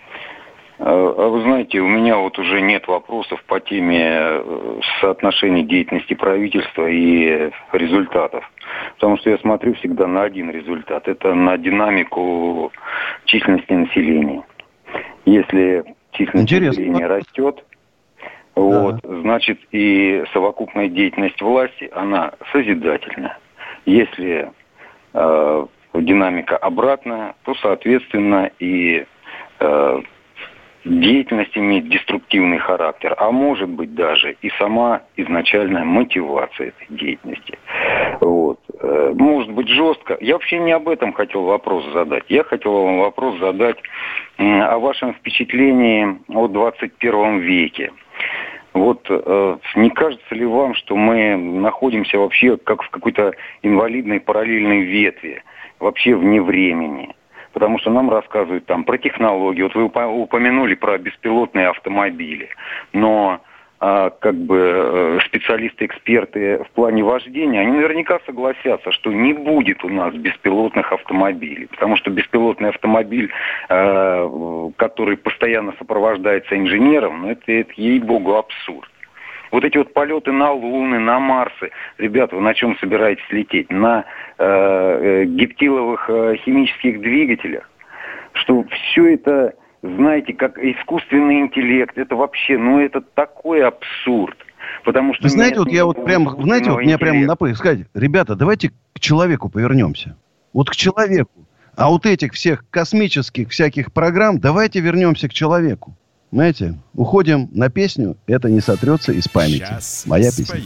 А вы знаете, у меня вот уже нет вопросов по теме соотношения деятельности правительства и результатов. Потому что я смотрю всегда на один результат. Это на динамику численности населения. Если численность Интересно. населения растет, да. вот, значит и совокупная деятельность власти, она созидательна. Если э, динамика обратная, то, соответственно, и э, деятельность имеет деструктивный характер, а может быть даже и сама изначальная мотивация этой деятельности. Вот. Может быть жестко. Я вообще не об этом хотел вопрос задать. Я хотел вам вопрос задать о вашем впечатлении о двадцать первом веке. Вот э, не кажется ли вам, что мы находимся вообще как в какой-то инвалидной параллельной ветви, вообще вне времени? Потому что нам рассказывают там про технологии. Вот вы упомянули про беспилотные автомобили. Но а, как бы специалисты-эксперты в плане вождения, они наверняка согласятся, что не будет у нас беспилотных автомобилей. Потому что беспилотный автомобиль, а, который постоянно сопровождается инженером, ну это, это ей-богу, абсурд. Вот эти вот полеты на Луны, на Марсы. Ребята, вы на чем собираетесь лететь? На э, гептиловых э, химических двигателях? Что все это, знаете, как искусственный интеллект, это вообще, ну это такой абсурд. Потому что... Вы знаете, вот я вот прям, знаете, вот меня прям напомнил, сказать, ребята, давайте к человеку повернемся. Вот к человеку. А вот этих всех космических всяких программ, давайте вернемся к человеку. Знаете, уходим на песню, это не сотрется из памяти. Сейчас моя песня.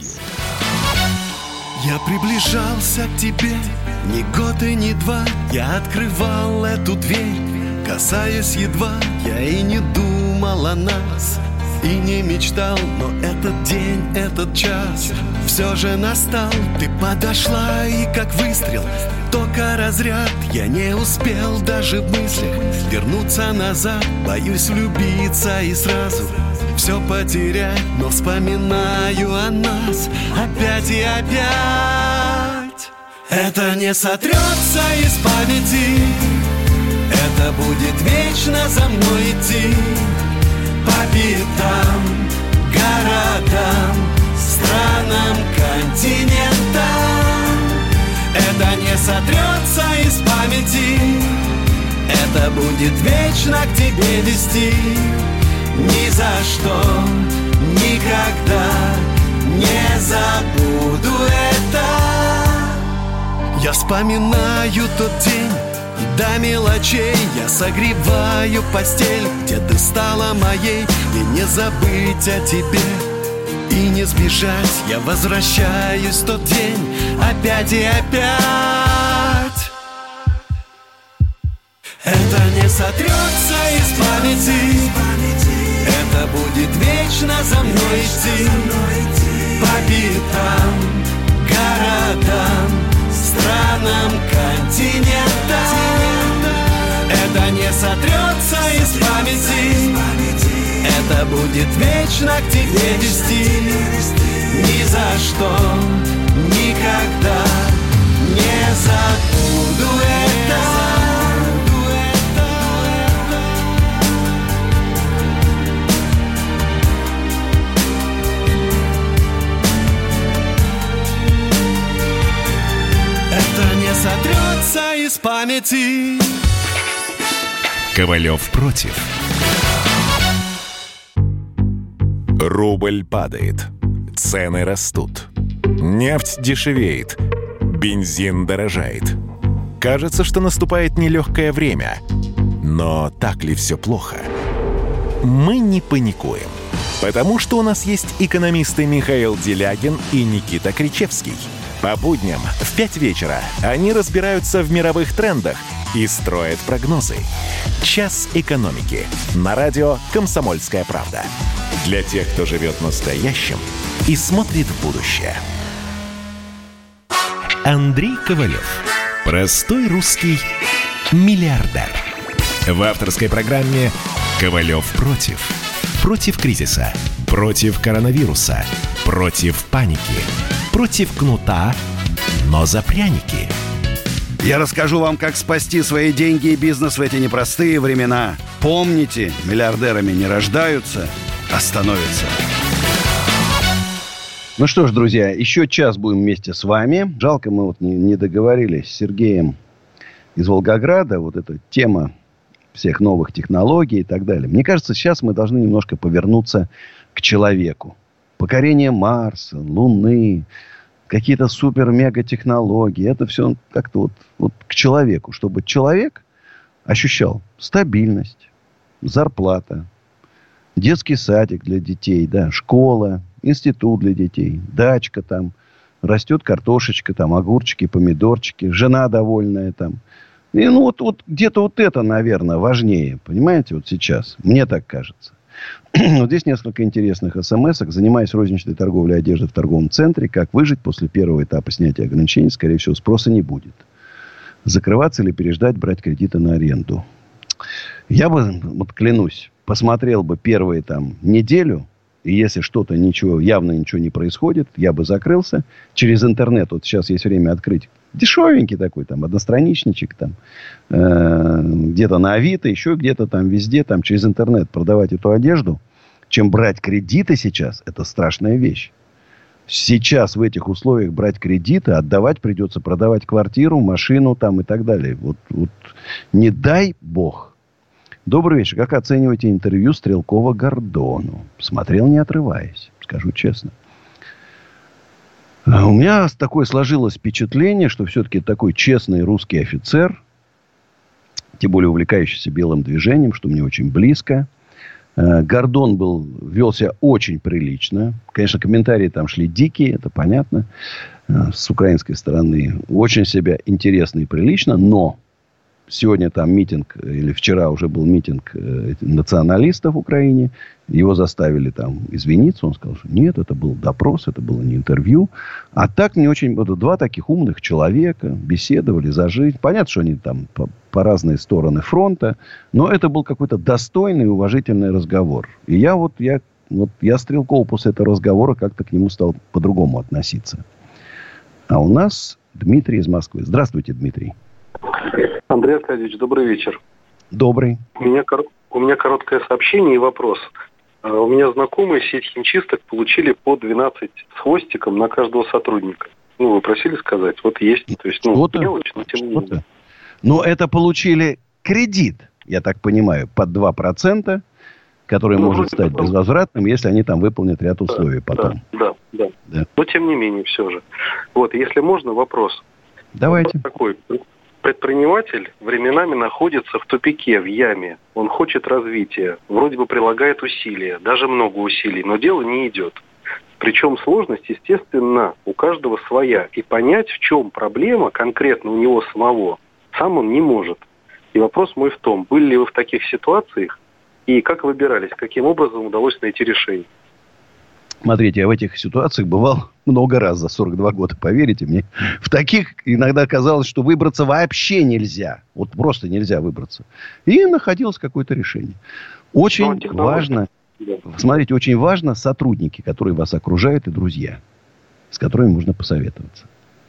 Я приближался к тебе ни год и ни два. Я открывал эту дверь, касаясь едва. Я и не думал о нас, и не мечтал. Но этот день, этот час все же настал. Ты подошла и как выстрел, только разряд. Я не успел даже в мыслях вернуться назад. Боюсь влюбиться и сразу все потерять. Но вспоминаю о нас опять и опять. Это не сотрется из памяти, это будет вечно за мной идти. По пятам, городам, странам, континентам. Это не сотрется из памяти, это будет вечно к тебе вести. Ни за что, никогда не забуду это. Я вспоминаю тот день до мелочей. Я согреваю постель, где ты стала моей. И не забыть о тебе, и не сбежать. Я возвращаюсь в тот день опять и опять. Это не сотрется из памяти, это будет вечно за мной идти. По пятам, городам, странам, континентам. Это не сотрется из памяти, это будет вечно к тебе вести. Ни за что, никогда не забуду это. Это не сотрется из памяти. Ковалев против. Рубль падает, цены растут, нефть дешевеет, бензин дорожает. Кажется, что наступает нелегкое время. Но так ли все плохо? Мы не паникуем, потому что у нас есть экономисты Михаил Делягин и Никита Кричевский. По будням в пять вечера они разбираются в мировых трендах и строят прогнозы. «Час экономики» на радио «Комсомольская правда». Для тех, кто живет настоящим и смотрит в будущее. Андрей Ковалев. Простой русский миллиардер. В авторской программе «Ковалев против». Против кризиса, против коронавируса, против паники, против кнута, но за пряники. Я расскажу вам, как спасти свои деньги и бизнес в эти непростые времена. Помните, миллиардерами не рождаются, а становятся. Ну что ж, друзья, еще час будем вместе с вами. Жалко, мы вот не, не договорились с Сергеем из Волгограда. Вот эта тема всех новых технологий и так далее. Мне кажется, сейчас мы должны немножко повернуться к человеку. Покорение Марса, Луны, какие-то супер-мега-технологии. Это все как-то вот, вот к человеку. Чтобы человек ощущал стабильность, зарплата, детский садик для детей, да, школа, институт для детей, дачка там, растет картошечка, там, огурчики, помидорчики, жена довольная там. И ну вот, вот где-то вот это, наверное, важнее. Понимаете, вот сейчас. Мне так кажется. Вот здесь несколько интересных смс-ок. Занимаясь розничной торговлей одежды в торговом центре, как выжить после первого этапа снятия ограничений, скорее всего, спроса не будет. Закрываться или переждать, брать кредиты на аренду. Я бы, вот клянусь, посмотрел бы первые там неделю, и если что-то ничего, явно ничего не происходит, я бы закрылся. Через интернет, вот сейчас есть время открыть, дешевенький такой, там, одностраничничек, там, э, где-то на Авито, еще где-то там, везде, там, через интернет продавать эту одежду, чем брать кредиты сейчас, это страшная вещь. Сейчас в этих условиях брать кредиты, отдавать придется, продавать квартиру, машину там и так далее. Вот, вот не дай бог. Добрый вечер. Как оцениваете интервью Стрелкова Гордону? Смотрел, не отрываясь, скажу честно. У меня такое сложилось впечатление, что все-таки такой честный русский офицер, тем более увлекающийся белым движением, что мне очень близко. Гордон был, вел себя очень прилично. Конечно, комментарии там шли дикие, это понятно. С украинской стороны очень себя интересно и прилично. Но сегодня там митинг, или вчера уже был митинг националистов в Украине. Его заставили там извиниться. Он сказал, что нет, это был допрос, это было не интервью. А так мне очень... Вот два таких умных человека беседовали за жизнь. Понятно, что они там по, по разные стороны фронта. Но это был какой-то достойный и уважительный разговор. И я вот... Я, вот, я Стрелкову после этого разговора как-то к нему стал по-другому относиться. А у нас Дмитрий из Москвы. Здравствуйте, Дмитрий. Андрей Аркадьевич, добрый вечер. Добрый. У меня, у меня короткое сообщение и вопрос. У меня знакомые сеть химчисток получили по двенадцать с хвостиком на каждого сотрудника. Ну, вы просили сказать. Вот есть. То есть, ну, что-то, мелочь, но тем не менее. Но это получили кредит, я так понимаю, под два процента, который ну, может стать потом безвозвратным, если они там выполнят ряд условий да, потом. Да, да, да, да. Но тем не менее, все же. Вот, если можно, вопрос. Давайте. Вопрос такой. Предприниматель временами находится в тупике, в яме. Он хочет развития, вроде бы прилагает усилия, даже много усилий, но дело не идет. Причем сложность, естественно, у каждого своя. И понять, в чем проблема конкретно у него самого, сам он не может. И вопрос мой в том, были ли вы в таких ситуациях, и как выбирались, каким образом удалось найти решение? Смотрите, я в этих ситуациях бывал много раз за сорок два года, поверите мне. В таких иногда казалось, что выбраться вообще нельзя. Вот просто нельзя выбраться. И находилось какое-то решение. Очень ну, важно, да. Смотрите, очень важно сотрудники, которые вас окружают, и друзья, с которыми можно посоветоваться.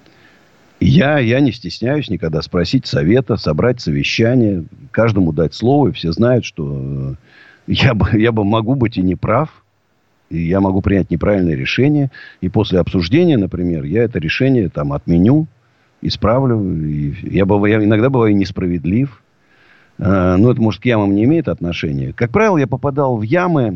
И я, я не стесняюсь никогда спросить совета, собрать совещание, каждому дать слово. И все знают, что я бы, я бы могу быть и не прав. И я могу принять неправильное решение. И после обсуждения, например, я это решение там отменю, исправлю. И я, бываю, я иногда бываю несправедлив. А, но это, может, к ямам не имеет отношения. Как правило, я попадал в ямы.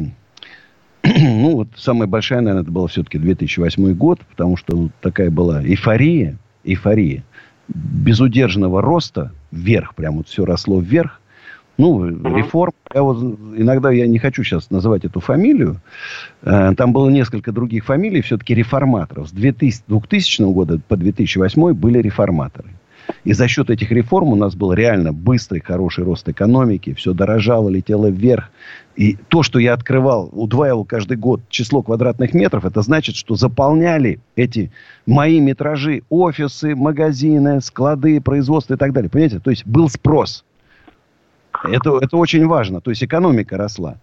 Ну, вот самая большая, наверное, это было все-таки две тысячи восьмой год. Потому что вот такая была эйфория. Эйфория. Безудержного роста вверх. Прям вот все росло вверх. Ну, реформ. Я вот, иногда я не хочу сейчас называть эту фамилию. Там было несколько других фамилий, все-таки реформаторов. С двухтысячного года по две тысячи восьмой были реформаторы. И за счет этих реформ у нас был реально быстрый, хороший рост экономики. Все дорожало, летело вверх. И то, что я открывал, удваивал каждый год число квадратных метров, это значит, что заполняли эти мои метражи офисы, магазины, склады, производства и так далее. Понимаете? То есть был спрос. Это, это очень важно. То есть экономика росла.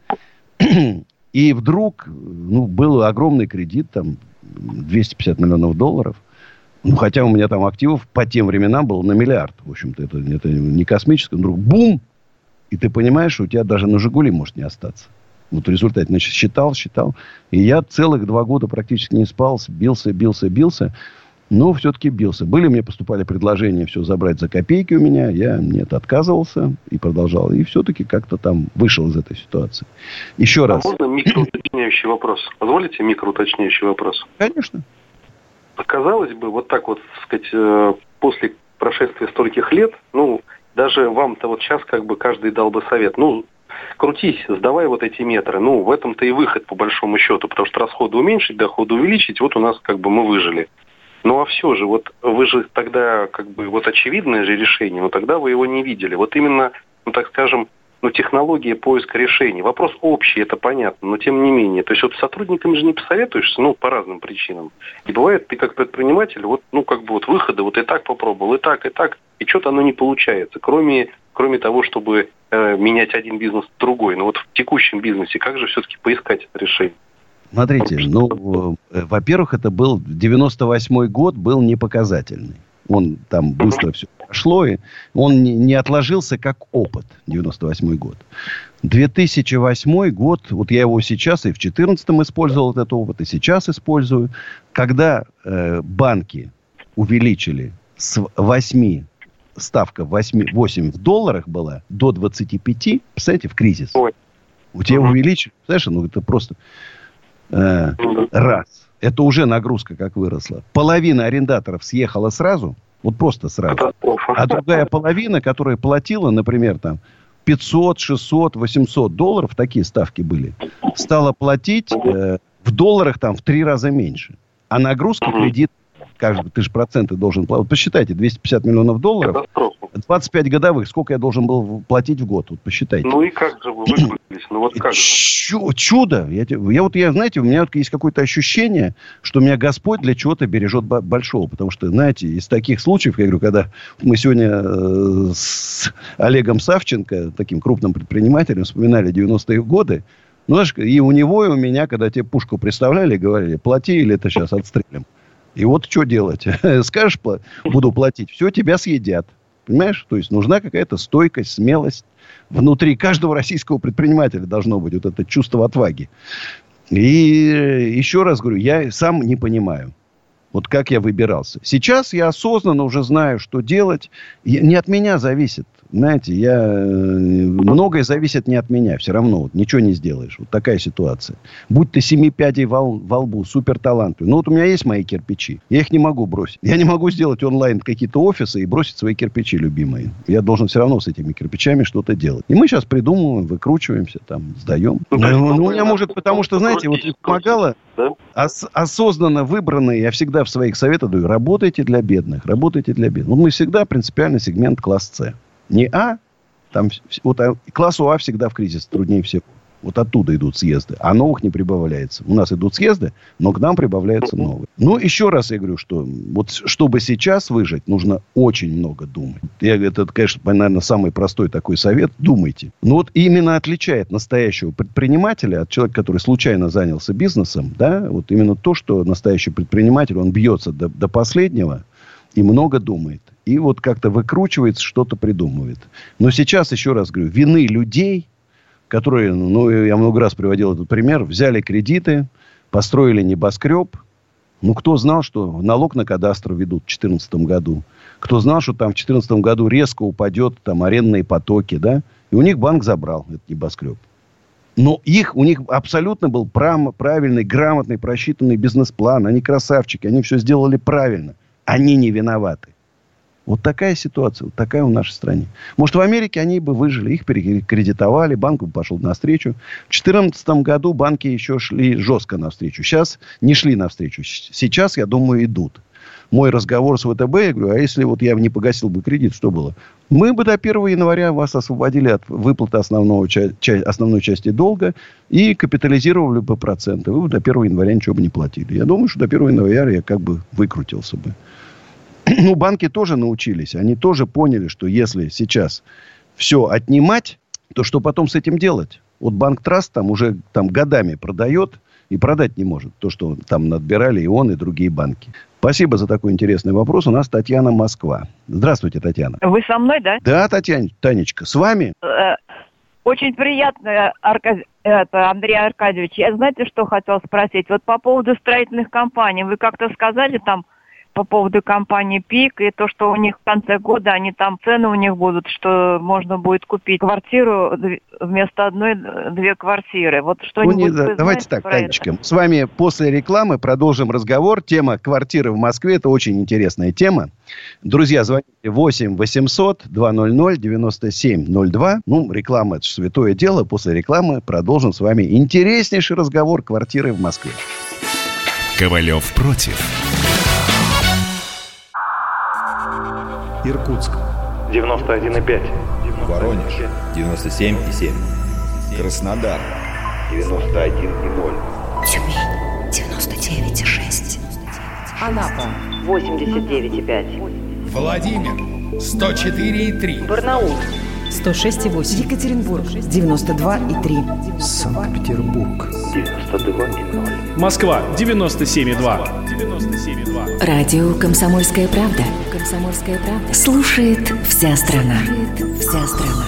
И вдруг ну, был огромный кредит, там, двести пятьдесят миллионов долларов. Ну, хотя у меня там активов по тем временам было на миллиард. В общем-то, это, это не космическое. Вдруг бум! И ты понимаешь, что у тебя даже на «Жигули» может не остаться. Вот в результате, значит, считал, считал. И я целых два года практически не спал. Бился, бился, бился. Но все-таки бился. Были, мне поступали предложения все забрать за копейки у меня. Я, нет, отказывался и продолжал. И все-таки как-то там вышел из этой ситуации. Еще а раз. Можно микроуточняющий вопрос? Позволите микроуточняющий вопрос? Конечно. Казалось бы, вот так вот, так сказать, после прошествия стольких лет, ну, даже вам-то вот сейчас как бы каждый дал бы совет. Ну, крутись, сдавай вот эти метры. Ну, в этом-то и выход, по большому счету. Потому что расходы уменьшить, доходы увеличить. Вот у нас как бы мы выжили. Ну, а все же, вот вы же тогда, как бы, вот очевидное же решение, но тогда вы его не видели. Вот именно, ну, так скажем, ну, технология поиска решений. Вопрос общий, это понятно, но тем не менее. То есть вот с сотрудниками же не посоветуешься, ну, по разным причинам. И бывает, ты как предприниматель, вот, ну, как бы вот выходы, вот и так попробовал, и так, и так, и что-то оно не получается. Кроме, кроме того, чтобы э, менять один бизнес в другой. Но вот в текущем бизнесе как же все-таки поискать это решение? Смотрите, ну, э, во-первых, это был девяносто восьмой год, был непоказательный. Он там быстро все прошло, и он не, не отложился как опыт, девяносто восьмой год. две тысячи восьмой год, вот я его сейчас и в две тысячи четырнадцатом использовал этот опыт, и сейчас использую. Когда э, банки увеличили с восьми, ставка восемь, восемь в долларах была, до двадцати пяти, представляете, в кризис. Ой. У тебя увеличили, знаешь, ну это просто э, раз. Это уже нагрузка как выросла. Половина арендаторов съехала сразу. Вот просто сразу. А другая половина, которая платила, например, там пятьсот, шестьсот, восемьсот долларов, такие ставки были, стала платить э, в долларах там в три раза меньше. А нагрузка кредит, как, ты же проценты должен платить. Посчитайте, двести пятьдесят миллионов долларов, двадцать пять годовых, сколько я должен был платить в год? Вот посчитайте. Ну и как же вы выкрутились? Ну вот как же? Чудо. Я, я вот, я, знаете, у меня вот есть какое-то ощущение, что меня Господь для чего-то бережет большого. Потому что, знаете, из таких случаев, я говорю, когда мы сегодня э, с Олегом Савченко, таким крупным предпринимателем, вспоминали девяностые годы, ну, знаешь, и у него, и у меня, когда тебе пушку представляли, говорили, плати или это сейчас отстрелим. И вот что делать? Скажешь, буду платить, все, тебя съедят. Понимаешь? То есть нужна какая-то стойкость, смелость. Внутри каждого российского предпринимателя должно быть вот это чувство отваги. И еще раз говорю, я сам не понимаю, вот как я выбирался. Сейчас я осознанно уже знаю, что делать. Не от меня зависит. Знаете, я... многое зависит не от меня. Все равно вот, ничего не сделаешь. Вот такая ситуация. Будь ты семи пядей во, во лбу, супер талантливый. Ну, вот у меня есть мои кирпичи. Я их не могу бросить. Я не могу сделать онлайн какие-то офисы и бросить свои кирпичи любимые. Я должен все равно с этими кирпичами что-то делать. И мы сейчас придумываем, выкручиваемся, там, сдаем. Ну, ну, ну у меня может, потому что, знаете, вот помогало ос- осознанно выбранные, я всегда в своих советах даю, работайте для бедных, работайте для бедных. Вот мы всегда принципиальный сегмент класс С. Не А, там, вот, а, классу А всегда в кризис труднее всего. Вот оттуда идут съезды, а новых не прибавляется. У нас идут съезды, но к нам прибавляются новые. Ну, еще раз я говорю, что вот чтобы сейчас выжить, нужно очень много думать. Я, это, конечно, наверное, самый простой такой совет. Думайте. Но вот именно отличает настоящего предпринимателя от человека, который случайно занялся бизнесом, да, вот именно то, что настоящий предприниматель, он бьется до, до последнего и много думает. И вот как-то выкручивается, что-то придумывает. Но сейчас, еще раз говорю, вины людей, которые, ну, я много раз приводил этот пример, взяли кредиты, построили небоскреб. Ну, кто знал, что налог на кадастр ведут в две тысячи четырнадцатом году? Кто знал, что там в две тысячи четырнадцатом году резко упадет там арендные потоки, да? И у них банк забрал этот небоскреб. Но их, у них абсолютно был прав, правильный, грамотный, просчитанный бизнес-план. Они красавчики, они все сделали правильно. Они не виноваты. Вот такая ситуация, вот такая в нашей стране. Может, в Америке они бы выжили, их перекредитовали, банк бы пошел навстречу. В две тысячи четырнадцатом году банки еще шли жестко навстречу. Сейчас не шли навстречу. Сейчас, я думаю, идут. Мой разговор с ВТБ, я говорю, а если вот я не погасил бы кредит, что было? Мы бы до первого января вас освободили от выплаты основного, основной части долга и капитализировали бы проценты. Вы бы до первого января ничего бы не платили. Я думаю, что до первого января я как бы выкрутился бы. Ну, банки тоже научились. Они тоже поняли, что если сейчас все отнимать, то что потом с этим делать? Вот Банк Траст там уже там, годами продает и продать не может. То, что там надбирали и он, и другие банки. Спасибо за такой интересный вопрос. У нас Татьяна, Москва. Здравствуйте, Татьяна. Вы со мной, да? Да, Татьяна, Танечка, с вами? Очень приятно, Аркад... это, Андрей Аркадьевич. Я, знаете, что хотел спросить? Вот по поводу строительных компаний. Вы как-то сказали там, по поводу компании ПИК и то, что у них в конце года они там цены у них будут, что можно будет купить квартиру вместо одной две квартиры. Вот что-нибудь. Ну, не, вы давайте так, Танечка, с вами после рекламы продолжим разговор. Тема квартиры в Москве — это очень интересная тема. Друзья, звоните восемь восемьсот двести девяносто семь ноль два. Ну, реклама — это святое дело. После рекламы продолжим с вами интереснейший разговор квартиры в Москве. Ковалев против. Иркутск. девяносто один и пять. Воронеж девяносто семь и семь. Краснодар девяносто один и ноль. Тюмень девяносто девять и шесть. Анапа восемьдесят девять и пять. Владимир сто четыре и три. Барнаул сто шесть и восемь. Екатеринбург девяносто два и три. Санкт-Петербург девяносто два и ноль. Москва девяносто семь и два. Радио «Комсомольская правда». «Комсомольская правда». Слушает вся страна. Слушает вся страна.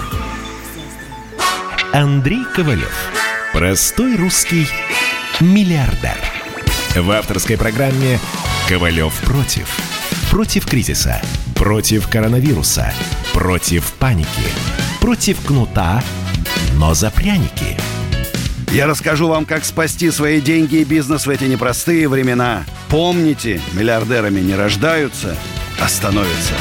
Андрей Ковалев. Простой русский миллиардер. В авторской программе «Ковалев против». Против кризиса. Против коронавируса. Против паники. Против кнута, но за пряники. Я расскажу вам, как спасти свои деньги и бизнес в эти непростые времена. Помните, миллиардерами не рождаются, а становятся.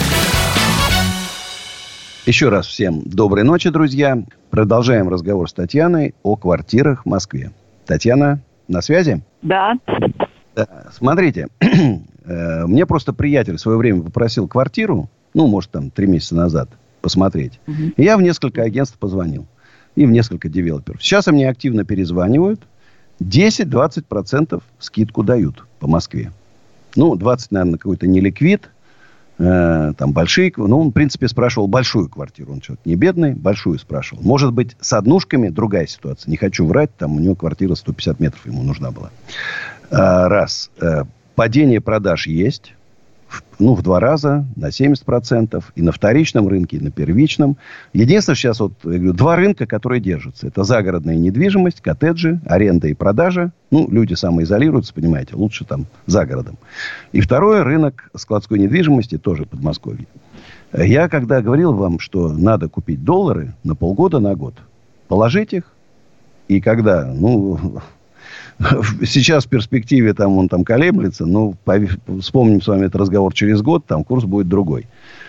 Еще раз всем доброй ночи, друзья. Продолжаем разговор с Татьяной о квартирах в Москве. Татьяна, на связи? Да. Да. Смотрите, мне просто приятель в свое время попросил квартиру, ну, может, там, три месяца назад посмотреть. Угу. И я в несколько агентств позвонил. И в несколько девелоперов. Сейчас мне активно перезванивают. десять-двадцать процентов скидку дают по Москве. Ну, двадцать, наверное, какой-то неликвид. Э, там большие. Ну, он, в принципе, спрашивал большую квартиру. Он что-то не бедный. Большую спрашивал. Может быть, с однушками другая ситуация. Не хочу врать. Там у него квартира сто пятьдесят метров ему нужна была. Э, раз. Э, падение продаж есть. Ну, в два раза, на семьдесят процентов. И на вторичном рынке, и на первичном. Единственное, сейчас вот, я говорю, два рынка, которые держатся. Это загородная недвижимость, коттеджи, аренда и продажа. Ну, люди самоизолируются, понимаете, лучше там за городом. И второй рынок складской недвижимости, тоже Подмосковье. Я когда говорил вам, что надо купить доллары на полгода, на год, положить их. И когда, ну... Сейчас в перспективе там он там колеблется, но вспомним с вами этот разговор через год, там курс будет другой.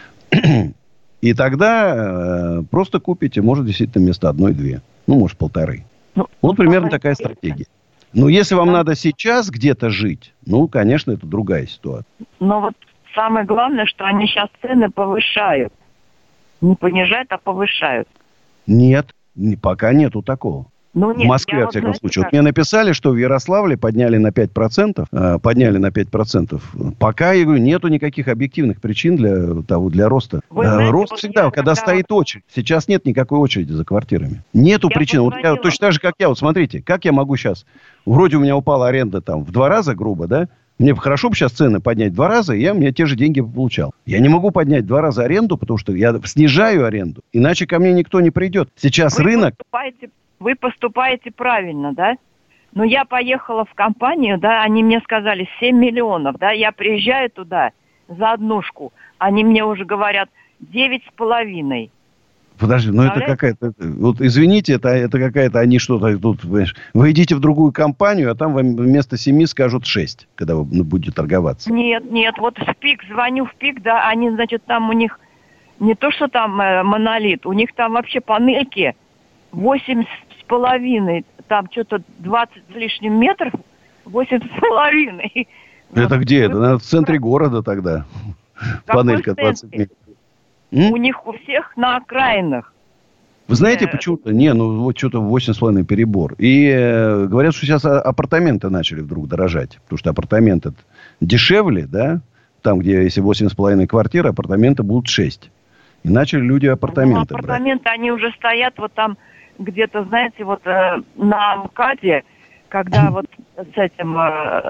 И тогда э, просто купите, может, действительно вместо одной-две, ну, может, полторы. Ну, вот примерно такая стратегия. Но если вам надо сейчас где-то жить, ну, конечно, это другая ситуация. Но вот самое главное, что они сейчас цены повышают. Не понижают, а повышают. Нет, пока нету такого. Ну, нет, в Москве, во всяком вот, случае. как... Вот мне написали, что в Ярославле подняли на пять процентов. Э, подняли на пять процентов. Пока, я говорю, нету никаких объективных причин для того, для роста. Э, знаете, Рост вот всегда, когда, когда стоит очередь. Сейчас нет никакой очереди за квартирами. Нету я причин. Вот я, точно так же, как я. Вот смотрите, как я могу сейчас... Вроде у меня упала аренда там в два раза, грубо, да? Мне бы хорошо бы сейчас цены поднять в два раза, и я мне те же деньги получал. Я не могу поднять в два раза аренду, потому что я снижаю аренду. Иначе ко мне никто не придет. Сейчас Вы рынок... Поступаете... Вы поступаете правильно, да? Но я поехала в компанию, да, они мне сказали семь миллионов, да, я приезжаю туда за однушку, они мне уже говорят девять с половиной. Подожди, ну это какая-то... Вот извините, это, это какая-то... Они что-то тут... Понимаешь, вы идите в другую компанию, а там вам вместо семи скажут шесть, когда вы будете торговаться. Нет, нет, вот в ПИК, звоню в ПИК, да, они, значит, там у них... Не то, что там э, монолит, у них там вообще панельки восемь с половиной, там что-то двадцать с лишним метров, восемь с половиной. Это где? Это наверное, в центре города тогда. Панелька двадцать метров. М? У них у всех на окраинах. Вы знаете, почему-то... Не, ну вот что-то восемь с половиной перебор. И э, говорят, что сейчас апартаменты начали вдруг дорожать. Потому что апартаменты дешевле, да? Там, где если восемь с половиной квартир, апартаменты будут шесть. И начали люди апартаменты ну, апартаменты, брать. Они уже стоят вот там где-то, знаете, вот э, на МКАДе, когда вот с этим, э,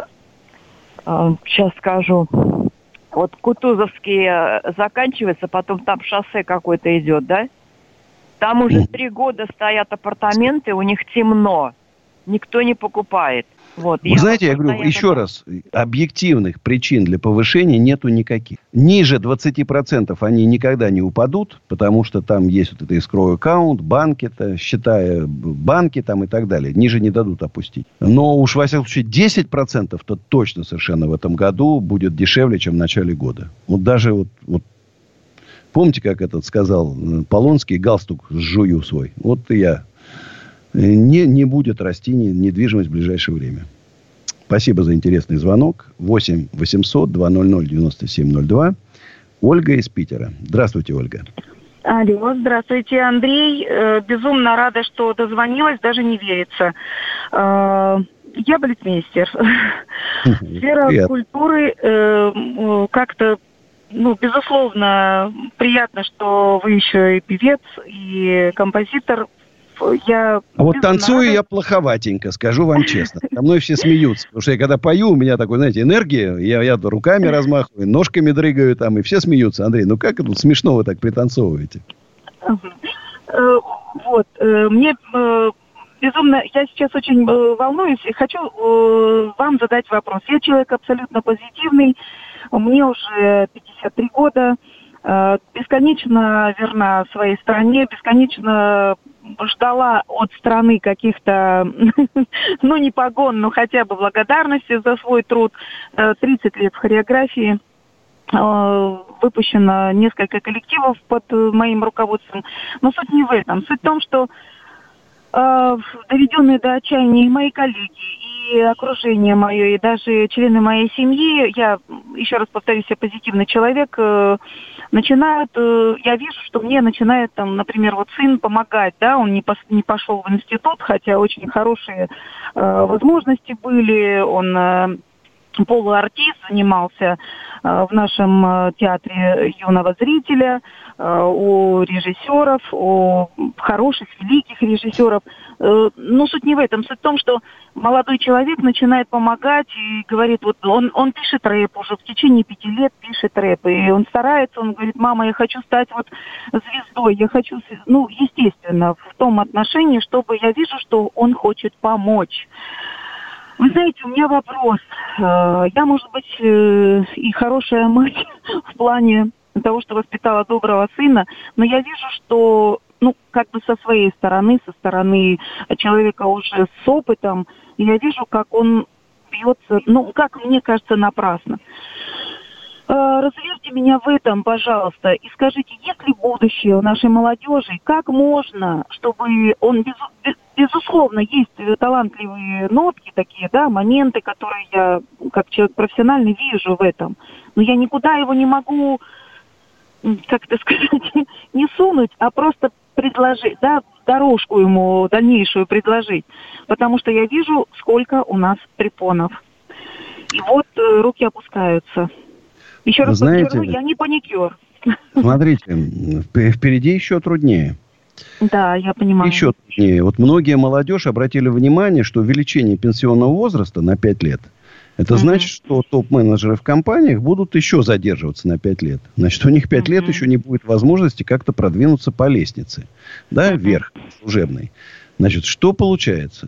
э, сейчас скажу, вот Кутузовский э, заканчивается, потом там шоссе какое-то идет, да? Там уже три года стоят апартаменты, у них темно, никто не покупает. Вот, Вы я знаете, я говорю, еще это... раз, объективных причин для повышения нету никаких. Ниже двадцати процентов они никогда не упадут, потому что там есть вот это escrow аккаунт, банки-то, считая банки там и так далее. Ниже не дадут опустить. Но уж, во всяком случае, десять процентов-то точно совершенно в этом году будет дешевле, чем в начале года. Вот даже вот, вот помните, как этот сказал Полонский, галстук сжую свой. Вот и я. Не, не будет расти недвижимость в ближайшее время. Спасибо за интересный звонок. восемь восемьсот двести девяносто семь ноль два. Ольга из Питера. Здравствуйте, Ольга. Алло, здравствуйте, Андрей. Э, безумно рада, что дозвонилась, даже не верится. Э, я балетмейстер. Сфера Привет. культуры э, как-то, ну, безусловно, приятно, что вы еще и певец, и композитор. Я А вот танцую рада. я плоховатенько, скажу вам честно. Со мной все смеются. Потому что я когда пою, у меня такой, знаете, энергия. Я, я руками размахиваю, ножками дрыгаю там, и все смеются. Андрей, ну как это смешно вы так пританцовываете? Э, Вот, э, мне э, безумно, я сейчас очень э, волнуюсь и хочу э, вам задать вопрос. Я человек абсолютно позитивный, мне уже пятьдесят три года, э, бесконечно верна своей стране, бесконечно ждала от страны каких-то, ну, не погон, но хотя бы благодарности за свой труд. тридцать лет в хореографии. Выпущено несколько коллективов под моим руководством. Но суть не в этом. Суть в том, что э, доведенные до отчаяния и мои коллеги, и окружение мое, и даже члены моей семьи, я, еще раз повторюсь, я позитивный человек, э, начинают, э, я вижу, что мне начинает, там, например, вот сын помогать, да, он не, пос, не пошел в институт, хотя очень хорошие э, возможности были, он... Э, полуартист, занимался э, в нашем э, театре юного зрителя, э, у режиссеров, у хороших, великих режиссеров. Э, но суть не в этом. Суть в том, что молодой человек начинает помогать и говорит, вот он, он пишет рэп уже в течение пяти лет, пишет рэп. И он старается, он говорит, мама, я хочу стать вот звездой, я хочу, ну, естественно, в том отношении, чтобы я вижу, что он хочет помочь. Вы знаете, у меня вопрос. Я, может быть, и хорошая мать в плане того, что воспитала доброго сына, но я вижу, что, ну, как бы со своей стороны, со стороны человека уже с опытом, я вижу, как он бьется, ну, как мне кажется, напрасно. Разверьте меня в этом, пожалуйста, и скажите, есть ли будущее у нашей молодежи, как можно, чтобы он, без, безусловно, есть талантливые нотки такие, да, моменты, которые я, как человек профессиональный, вижу в этом, но я никуда его не могу, как это сказать, не сунуть, а просто предложить, да, дорожку ему дальнейшую предложить, потому что я вижу, сколько у нас препонов. И вот э, руки опускаются. Еще раз Знаете, подчеркну, я не паникер. Смотрите, впереди еще труднее. Да, я понимаю. Еще труднее. Вот многие молодежь обратили внимание, что увеличение пенсионного возраста на пять лет, это mm-hmm. значит, что топ-менеджеры в компаниях будут еще задерживаться на пять лет. Значит, у них пять mm-hmm. лет еще не будет возможности как-то продвинуться по лестнице. Да, mm-hmm. вверх, служебной. Значит, что получается?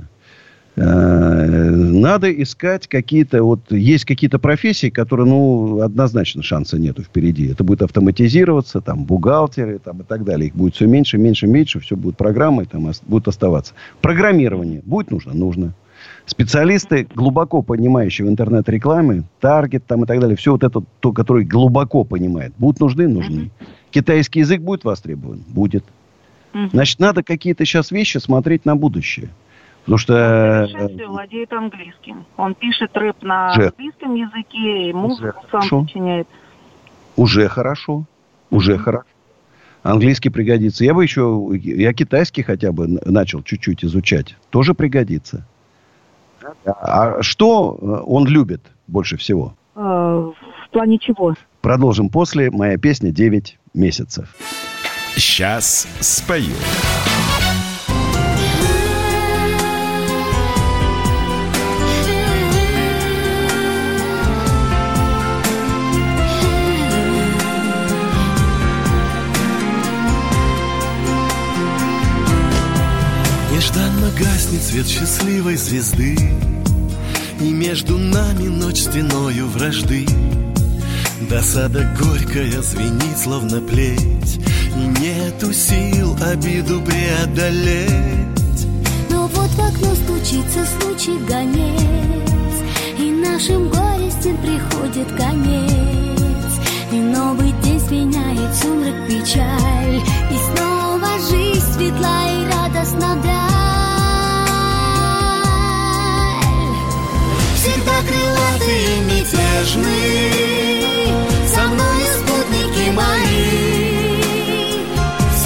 Надо искать какие-то, вот есть какие-то профессии, которые, ну, однозначно шанса нету впереди. Это будет автоматизироваться, там, бухгалтеры, там, и так далее. Их будет все меньше, меньше, меньше, все будет программой, там, будут оставаться. Программирование будет нужно? Нужно. Специалисты, глубоко понимающие в интернет-рекламе, таргет, там, и так далее, все вот это, то, который глубоко понимает, будут нужны? Нужны. Китайский язык будет востребован? Будет. Значит, надо какие-то сейчас вещи смотреть на будущее. Потому что... Он владеет английским. Он пишет рэп на уже. английском языке, и музыку уже сам хорошо. сочиняет. Уже хорошо. Уже mm-hmm. хорошо. Английский пригодится. Я бы еще... Я китайский хотя бы начал чуть-чуть изучать. Тоже пригодится. А что он любит больше всего? А, в плане чего? Продолжим после. Моя песня «девять месяцев». Сейчас спою. Нежданно гаснет свет счастливой звезды, и между нами ночь стеною вражды. Досада горькая звенит, словно плеть, и нету сил обиду преодолеть. Но вот в окно стучится случай гонец, и нашим горестям приходит конец. И новый день сменяет сумрак, печаль, и снова жизнь светла и радостна вдаль. Всегда крылатый и мятежный, со мною спутники мои.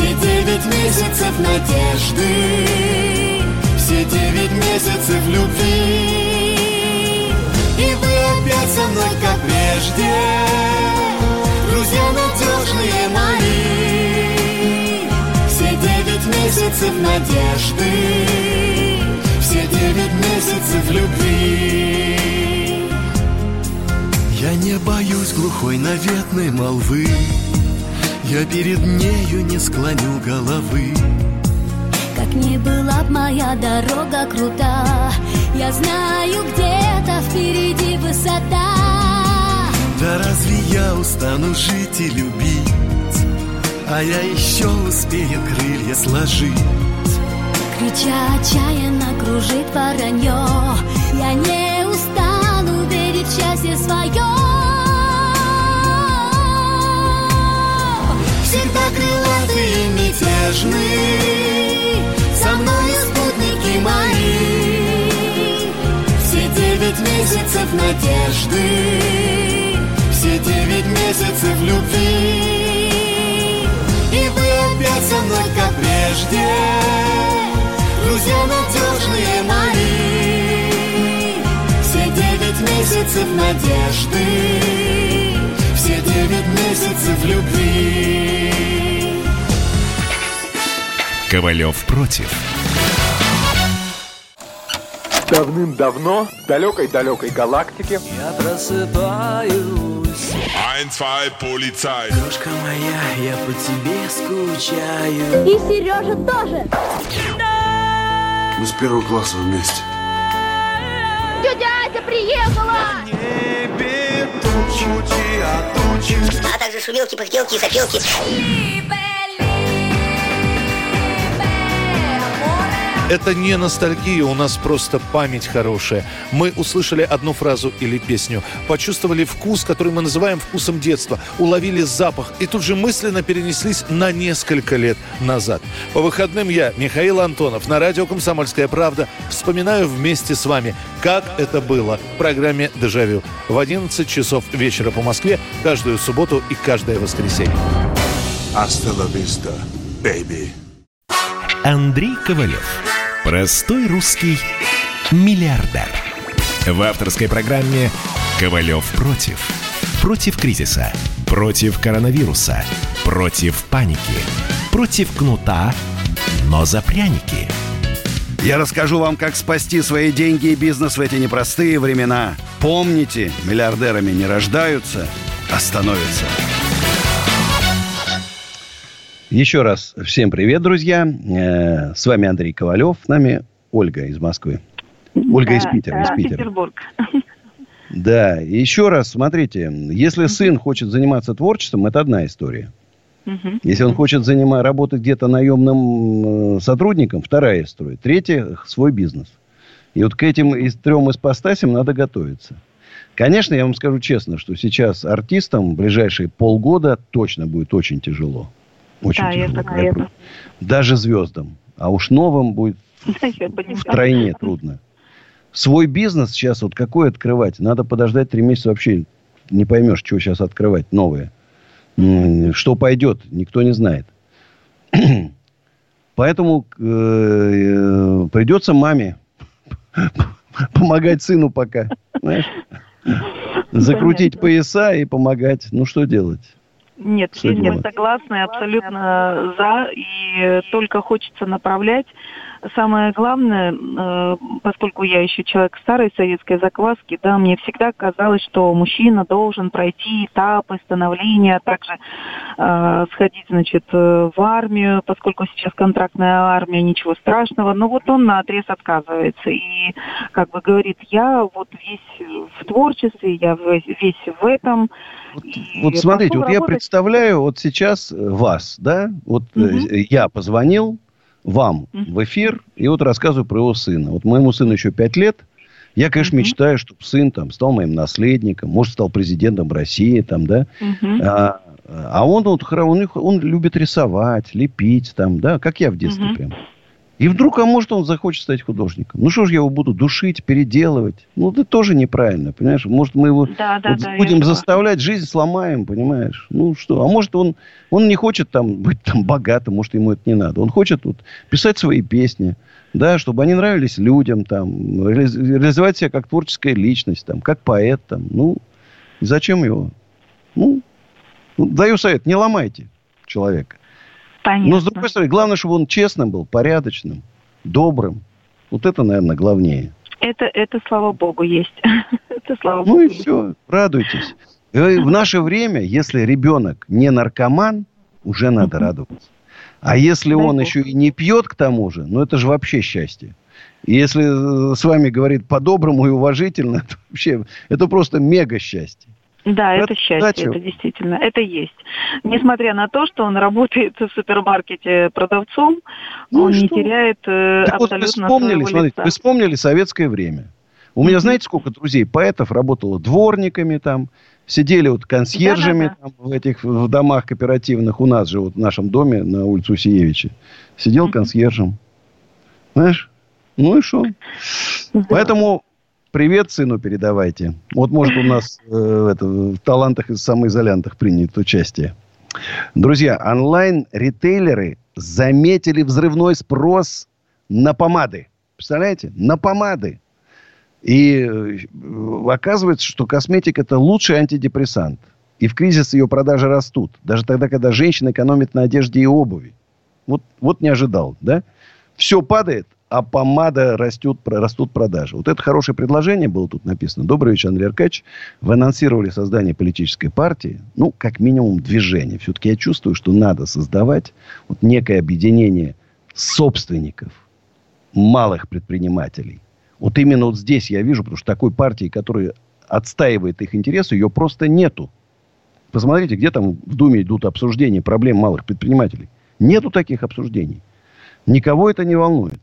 месяцев надежды, все девять месяцев любви. И вы опять со мной, как прежде, друзья надежные мои. Все девять месяцев надежды, все девять месяцев любви. Я не боюсь глухой наветной молвы, я перед нею не склоню головы. Как ни была б моя дорога крута, я знаю, где-то впереди высота. Да разве я устану жить и любить, а я еще успею крылья сложить? Крича отчаянно кружит воронье, я не устану верить в счастье свое. Всегда крылатый и мятежный, со мной спутники мои. Все девять месяцев надежды, все девять месяцев любви. И вы опять со мной, как прежде, друзья надежные мои. Все девять месяцев надежды, все девять месяцев любви. Ковалев против. Давным-давно в далекой-далекой галактике я просыпаюсь. Ein, zwei, полицай. Крошка моя, я по тебе скучаю. И Сережа тоже. Мы с первого класса вместе. Тетя Ася приехала! На небе тучи, а тучи. А также шумелки, пыхтелки и сопелки. Это не ностальгия, у нас просто память хорошая. Мы услышали одну фразу или песню, почувствовали вкус, который мы называем вкусом детства, уловили запах и тут же мысленно перенеслись на несколько лет назад. По выходным я, Михаил Антонов, на радио «Комсомольская правда» вспоминаю вместе с вами, как это было в программе «Дежавю» в одиннадцать часов вечера по Москве каждую субботу и каждое воскресенье. Hasta la vista, baby. Андрей Ковалев. Простой русский миллиардер. В авторской программе «Ковалев против». Против кризиса, против коронавируса, против паники, против кнута, но за пряники. Я расскажу вам, как спасти свои деньги и бизнес в эти непростые времена. Помните, миллиардерами не рождаются, а становятся. Еще раз всем привет, друзья. С вами Андрей Ковалев. С нами Ольга из Москвы. Ольга да, из Питера. Из Питера. Петербург. Да, еще раз, смотрите. Если сын хочет заниматься творчеством, это одна история. Если он хочет занимать, работать где-то наемным сотрудником, вторая история. Третья – свой бизнес. И вот к этим из трем ипостасям надо готовиться. Конечно, я вам скажу честно, что сейчас артистам в ближайшие полгода точно будет очень тяжело. Очень да, тяжело. Я так, Даже звездам. А уж новым будет втройне трудно. Свой бизнес сейчас вот какой открывать? Надо подождать три месяца. Вообще не поймешь, что сейчас открывать новое. Что пойдет, никто не знает. Поэтому э, придется маме помогать сыну пока. Знаешь? Закрутить пояса и помогать. Ну, что делать? Нет, я согласна, абсолютно за, и только хочется направлять. Самое главное, э, поскольку я еще человек старой советской закваски, да, мне всегда казалось, что мужчина должен пройти этапы становления, а также э, сходить, значит, в армию, поскольку сейчас контрактная армия, ничего страшного, но вот он наотрез отказывается и как бы говорит, я вот весь в творчестве, я весь в этом. Вот, вот смотрите, вот работать... я представляю вот сейчас вас, да, вот угу. я позвонил вам mm-hmm. в эфир и вот рассказываю про его сына. Вот моему сыну еще пять лет. Я, конечно, mm-hmm. мечтаю, чтобы сын там стал моим наследником, может, стал президентом России, там, да. Mm-hmm. А, а он, вот, он, он любит рисовать, лепить, там, да, как я в детстве mm-hmm. прям. И вдруг, а может, он захочет стать художником. Ну, что ж я его буду душить, переделывать? Ну, это тоже неправильно, понимаешь? Может, мы его да, да, вот да, будем заставлять, жизнь сломаем, понимаешь? Ну, что? А может, он, он не хочет там быть там богатым, может, ему это не надо. Он хочет вот писать свои песни, да, чтобы они нравились людям, там, реализовать себя как творческая личность, там, как поэт, там. Ну, зачем его? Ну, даю совет, не ломайте человека. Понятно. Но, с другой стороны, главное, чтобы он честным был, порядочным, добрым. Вот это, наверное, главнее. Это, это слава богу, есть. это, слава ну богу, и все, радуйтесь. И в наше время, если ребенок не наркоман, уже надо радоваться. А если он еще и не пьет к тому же, ну это же вообще счастье. И если с вами говорит по-доброму и уважительно, это вообще, это просто мега счастье. Да, это, это счастье, это действительно, это есть. Несмотря на то, что он работает в супермаркете продавцом, ну, он не что? теряет э, так абсолютно вот вы вспомнили, смотрите, лица. Вы вспомнили советское время. У mm-hmm. меня, знаете, сколько друзей, поэтов работало дворниками там, сидели вот консьержами да, да, да. Там, в этих в домах кооперативных. У нас же вот в нашем доме на улице Усиевича. Сидел mm-hmm. консьержем. Знаешь? Ну и что? Mm-hmm. Поэтому... Привет сыну передавайте. Вот, может, у нас э, это, в талантах и самоизолянтах принято участие. Друзья, онлайн-ритейлеры заметили взрывной спрос на помады. Представляете? На помады. И э, оказывается, что косметика – это лучший антидепрессант. И в кризис ее продажи растут. Даже тогда, когда женщины экономят на одежде и обуви. Вот, вот не ожидал, да? Все падает, а помада растет, растут продажи. Вот это хорошее предложение было тут написано. Добрый вечер, Андрей Аркадьевич. Вы анонсировали создание политической партии. Ну, как минимум, движение. Все-таки я чувствую, что надо создавать вот некое объединение собственников, малых предпринимателей. Вот именно вот здесь я вижу, потому что такой партии, которая отстаивает их интересы, ее просто нету. Посмотрите, где там в Думе идут обсуждения проблем малых предпринимателей. Нету таких обсуждений. Никого это не волнует.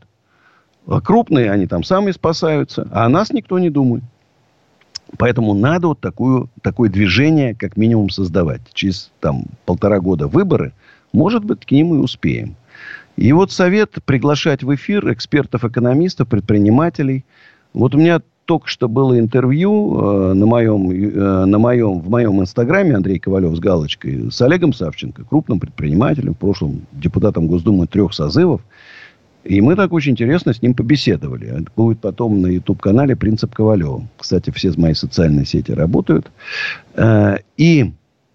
А крупные, они там сами спасаются, а о нас никто не думает. Поэтому надо вот такую, такое движение как минимум создавать. Через там, полтора года выборы, может быть, к ним и успеем. И вот совет приглашать в эфир экспертов, экономистов, предпринимателей. Вот у меня только что было интервью э, на моем, э, на моем, в моем инстаграме Андрей Ковалев с галочкой с Олегом Савченко, крупным предпринимателем, в прошлом депутатом Госдумы трех созывов. И мы так очень интересно с ним побеседовали. Это будет потом на YouTube-канале «Принцип Ковалева». Кстати, все мои социальные сети работают. И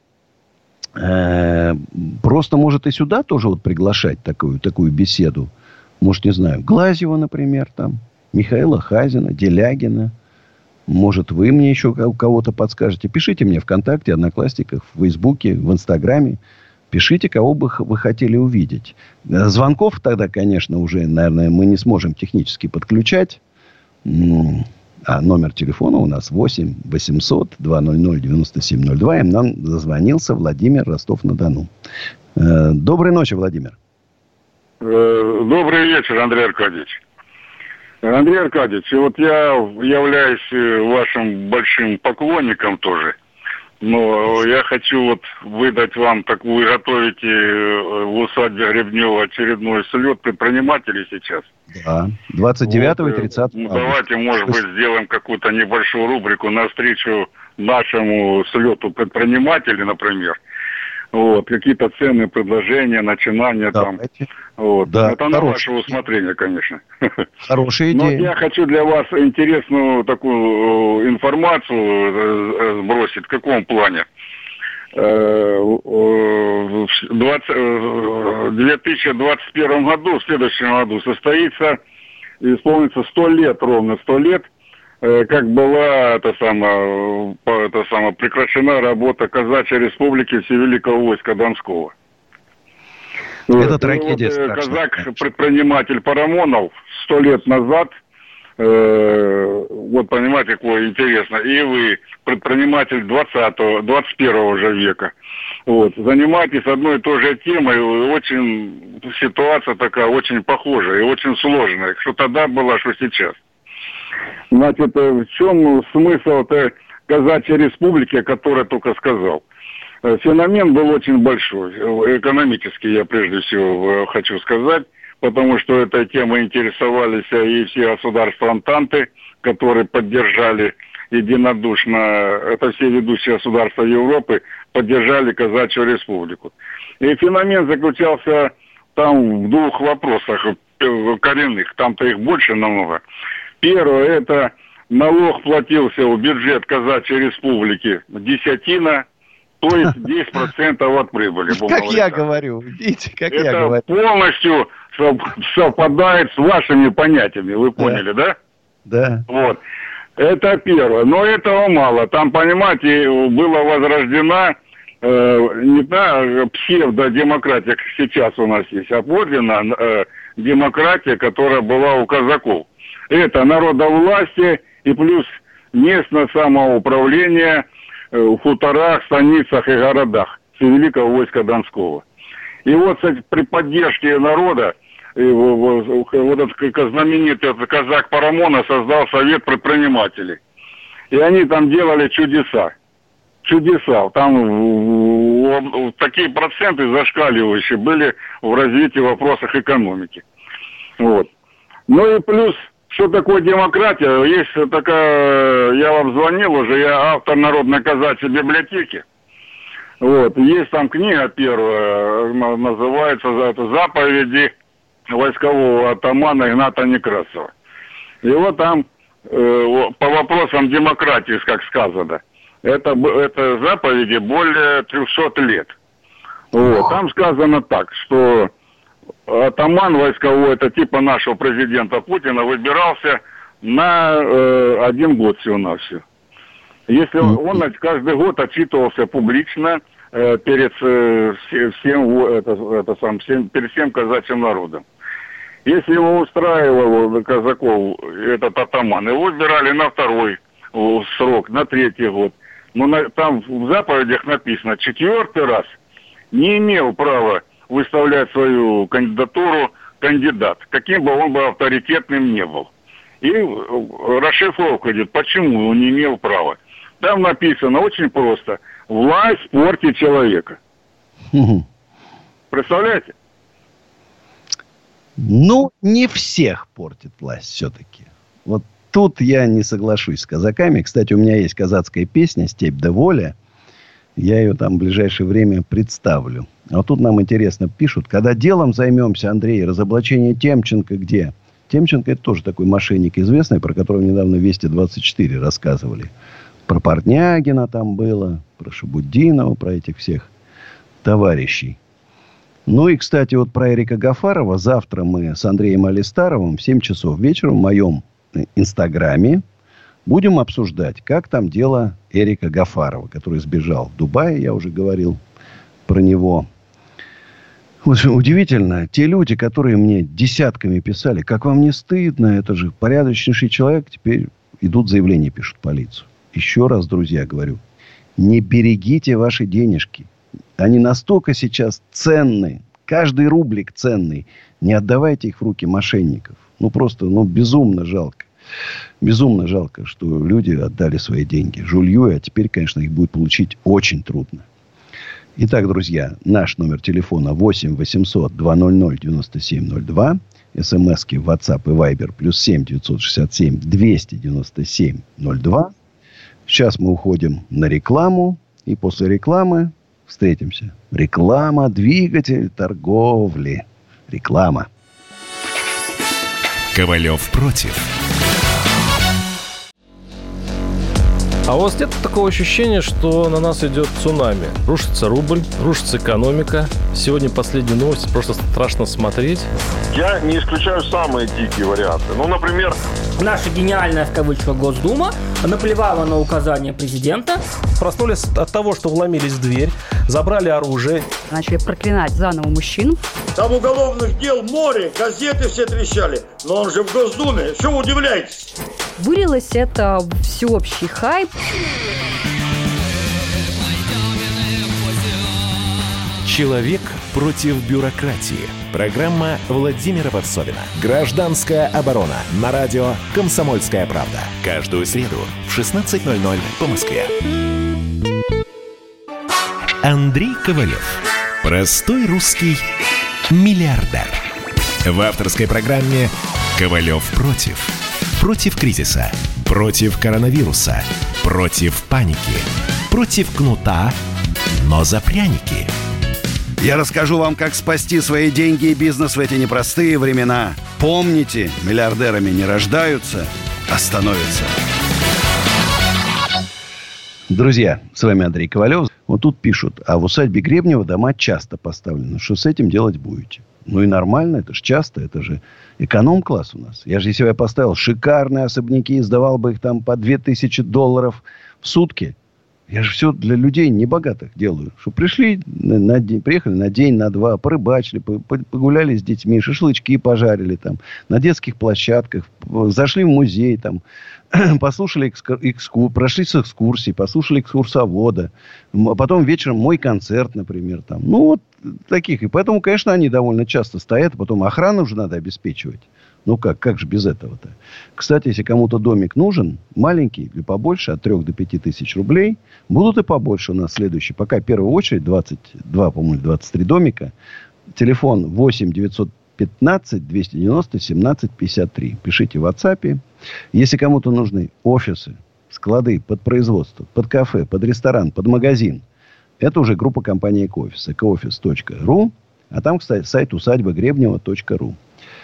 просто может и сюда тоже вот приглашать такую, такую беседу. Может, не знаю, Глазьева, например, там, Михаила Хазина, Делягина. Может, вы мне еще кого-то подскажете. Пишите мне ВКонтакте, Одноклассниках, в Фейсбуке, в Инстаграме. Пишите, кого бы вы хотели увидеть. Звонков тогда, конечно, уже, наверное, мы не сможем технически подключать. А номер телефона у нас восемь восемьсот двести девяносто семь ноль два. И нам дозвонился Владимир, Ростов-на-Дону. Доброй ночи, Владимир. Добрый вечер, Андрей Аркадьевич. Андрей Аркадьевич, вот я являюсь вашим большим поклонником тоже. Но я хочу вот выдать вам, так вы готовите в усадьбе Гребнева очередной слет предпринимателей сейчас. Да, двадцать девятого вот, и тридцатого августа. Давайте, может быть, сделаем какую-то небольшую рубрику навстречу нашему слету предпринимателей, например. Вот, какие-то ценные предложения, начинания Давайте. там. Вот. Да, это на ваше усмотрение, конечно. Хорошая идея. Но я хочу для вас интересную такую информацию сбросить. В каком плане? В две тысячи двадцать первом году, в следующем году, состоится, исполнится сто лет, ровно сто лет, как была это самое, это самое, прекращена работа Казачьей Республики Всевеликого войска Донского. Это вот, трагедия вот, казак-предприниматель Парамонов сто лет назад, э, вот понимаете, какое интересно, и вы, предприниматель двадцатого, двадцать первого уже века, вот, занимаетесь одной и той же темой, очень ситуация такая очень похожая и очень сложная, что тогда была, что сейчас. Значит, в чем смысл-то Казачьей Республики, о которой я только сказал? Феномен был очень большой. Экономически, я прежде всего хочу сказать, потому что этой темой интересовались и все государства Антанты, которые поддержали единодушно, это все ведущие государства Европы, поддержали Казачью республику. И феномен заключался там в двух вопросах коренных, там-то их больше намного. Первое, это налог платился в бюджет Казачьей республики десятина, то есть десять процентов от прибыли. Как я говорю, видите, как это я говорю. Это полностью совпадает с вашими понятиями, вы поняли, да? Да. Вот. Это первое. Но этого мало. Там, понимаете, была возрождена э, не та псевдодемократия, как сейчас у нас есть, а подлинно э, демократия, которая была у казаков. Это народовластие и плюс местное самоуправление э, в хуторах, станицах и городах Великого войска Донского. И вот, кстати, при поддержке народа и вот этот знаменитый казак Парамона создал совет предпринимателей. И они там делали чудеса. Чудеса. Там такие проценты зашкаливающие были в развитии в вопросах экономики. Вот. Ну и плюс, что такое демократия? Есть такая, я вам звонил уже, я автор Народной казачьей библиотеки. Вот. Есть там книга первая, называется это «Заповеди войскового атамана Игната Некрасова». И вот там э, по вопросам демократии, как сказано, это, это заповеди более трехсот лет. Вот. Там сказано так, что атаман войсковой, это типа нашего президента Путина, выбирался на э, один год всего-навсего. Если он, он каждый год отчитывался публично э, перед, э, всем, это, это сам, всем, перед всем казачьим народом. Если его устраивал казаков этот атаман, его выбирали на второй срок, на третий год. Но на, там в заповедях написано, четвертый раз не имел права выставлять свою кандидатуру кандидат, каким бы он бы авторитетным не был. И расшифровка идет, почему он не имел права. Там написано очень просто, власть портит человека. Представляете? Ну, не всех портит власть все-таки. Вот тут я не соглашусь с казаками. Кстати, у меня есть казацкая песня «Степь да воля». Я ее там в ближайшее время представлю. А вот тут нам интересно пишут, когда делом займемся, Андрей, разоблачение Темченко где? Темченко это тоже такой мошенник известный, про которого недавно Вести двадцать четыре рассказывали. Про Портнягина там было, про Шабуддинова, про этих всех товарищей. Ну и, кстати, вот про Эрика Гафарова. Завтра мы с Андреем Алистаровым в семь часов вечера в моем инстаграме будем обсуждать, как там дело Эрика Гафарова, который сбежал в Дубае, я уже говорил про него. Удивительно, те люди, которые мне десятками писали, как вам не стыдно, это же порядочнейший человек, теперь идут заявления, пишут в полицию. Еще раз, друзья, говорю, не берегите ваши денежки. Они настолько сейчас ценны. Каждый рублик ценный. Не отдавайте их в руки мошенников. Ну, просто, ну, безумно жалко. Безумно жалко, что люди отдали свои деньги жулью. А теперь, конечно, их будет получить очень трудно. Итак, друзья, наш номер телефона восемь восемьсот двести девяносто семь ноль два. СМСки в WhatsApp и Viber плюс семь девятьсот шестьдесят семь двести девяносто семь ноль два. Сейчас мы уходим на рекламу. И после рекламы встретимся. Реклама, двигатель торговли. Реклама. Ковалев против. А у вас нет такого ощущения, что на нас идет цунами? Рушится рубль, рушится экономика. Сегодня последние новости, просто страшно смотреть. Я не исключаю самые дикие варианты. Ну, например... Наша гениальная, в кавычках, Госдума наплевала на указания президента. Проснулись от того, что вломились в дверь, забрали оружие. Начали проклинать заново мужчин. Там уголовных дел море, газеты все трещали. Но он же в Госдуме, что вы удивляетесь? Вылилось это в всеобщий хайп. Человек против бюрократии. Программа Владимира Варсовина. Гражданская оборона. На радио «Комсомольская правда». Каждую среду в шестнадцать ноль ноль по Москве. Андрей Ковалев. Простой русский миллиардер. В авторской программе «Ковалев против». Против кризиса, против коронавируса, против паники, против кнута, но за пряники. Я расскажу вам, как спасти свои деньги и бизнес в эти непростые времена. Помните, миллиардерами не рождаются, а становятся. Друзья, с вами Андрей Ковалев. Вот тут пишут, а в усадьбе Гребнева дома часто поставлены. Что с этим делать будете? Ну и нормально, это же часто, это же эконом-класс у нас. Я же, если бы я поставил шикарные особняки, сдавал бы их там по две тысячи долларов в сутки. Я же все для людей небогатых делаю. Что пришли, на, на день, приехали на день, на два, порыбачили, погуляли с детьми, шашлычки пожарили там, на детских площадках, зашли в музей, там, послушали экскурсии, прошли с экскурсией, послушали экскурсовода. А потом вечером мой концерт, например. Там. Ну, вот таких. И поэтому, конечно, они довольно часто стоят. А потом охрану уже надо обеспечивать. Ну как, как же без этого-то? Кстати, если кому-то домик нужен, маленький или побольше, от трех до пяти тысяч рублей, будут и побольше у нас следующие. Пока в первую очередь двадцать два, по-моему, двадцать три домика. Телефон восемь девятьсот пятнадцать двести девяносто семнадцать пятьдесят три. Пишите в WhatsApp. Если кому-то нужны офисы, склады под производство, под кафе, под ресторан, под магазин, это уже группа компании «Экоофис». экоофис точка ру. А там, кстати, сайт усадьба гребнева точка ру.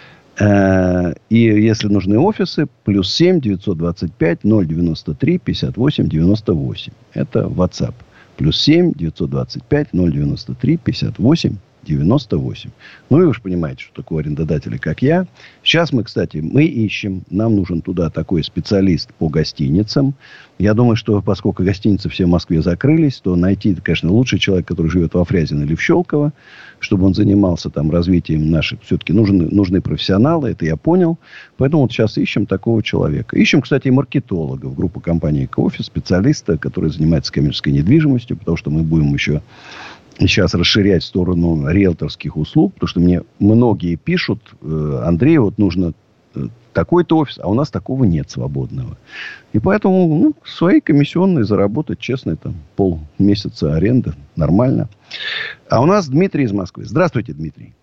И если нужны офисы, плюс семь девятьсот двадцать пять ноль девяносто три пятьдесят восемь девяносто восемь. Это WhatsApp. Плюс семь девятьсот двадцать пять ноль девяносто три пятьдесят восемь девяносто восемь. Ну, и вы же понимаете, что такое арендодатели, как я. Сейчас мы, кстати, мы ищем. Нам нужен туда такой специалист по гостиницам. Я думаю, что поскольку гостиницы все в Москве закрылись, то найти, конечно, лучший человек, который живет во Фрязино или в Щелково, чтобы он занимался там развитием наших. Все-таки нужны, нужны профессионалы, это я понял. Поэтому вот сейчас ищем такого человека. Ищем, кстати, и маркетологов. Группу компании «Экоофис», специалиста, который занимается коммерческой недвижимостью, потому что мы будем еще сейчас расширять в сторону риэлторских услуг, потому что мне многие пишут, Андрей, вот нужно такой-то офис, а у нас такого нет свободного. И поэтому ну, свои комиссионные заработать, честно, это полмесяца аренды, нормально. А у нас Дмитрий из Москвы. Здравствуйте, Дмитрий.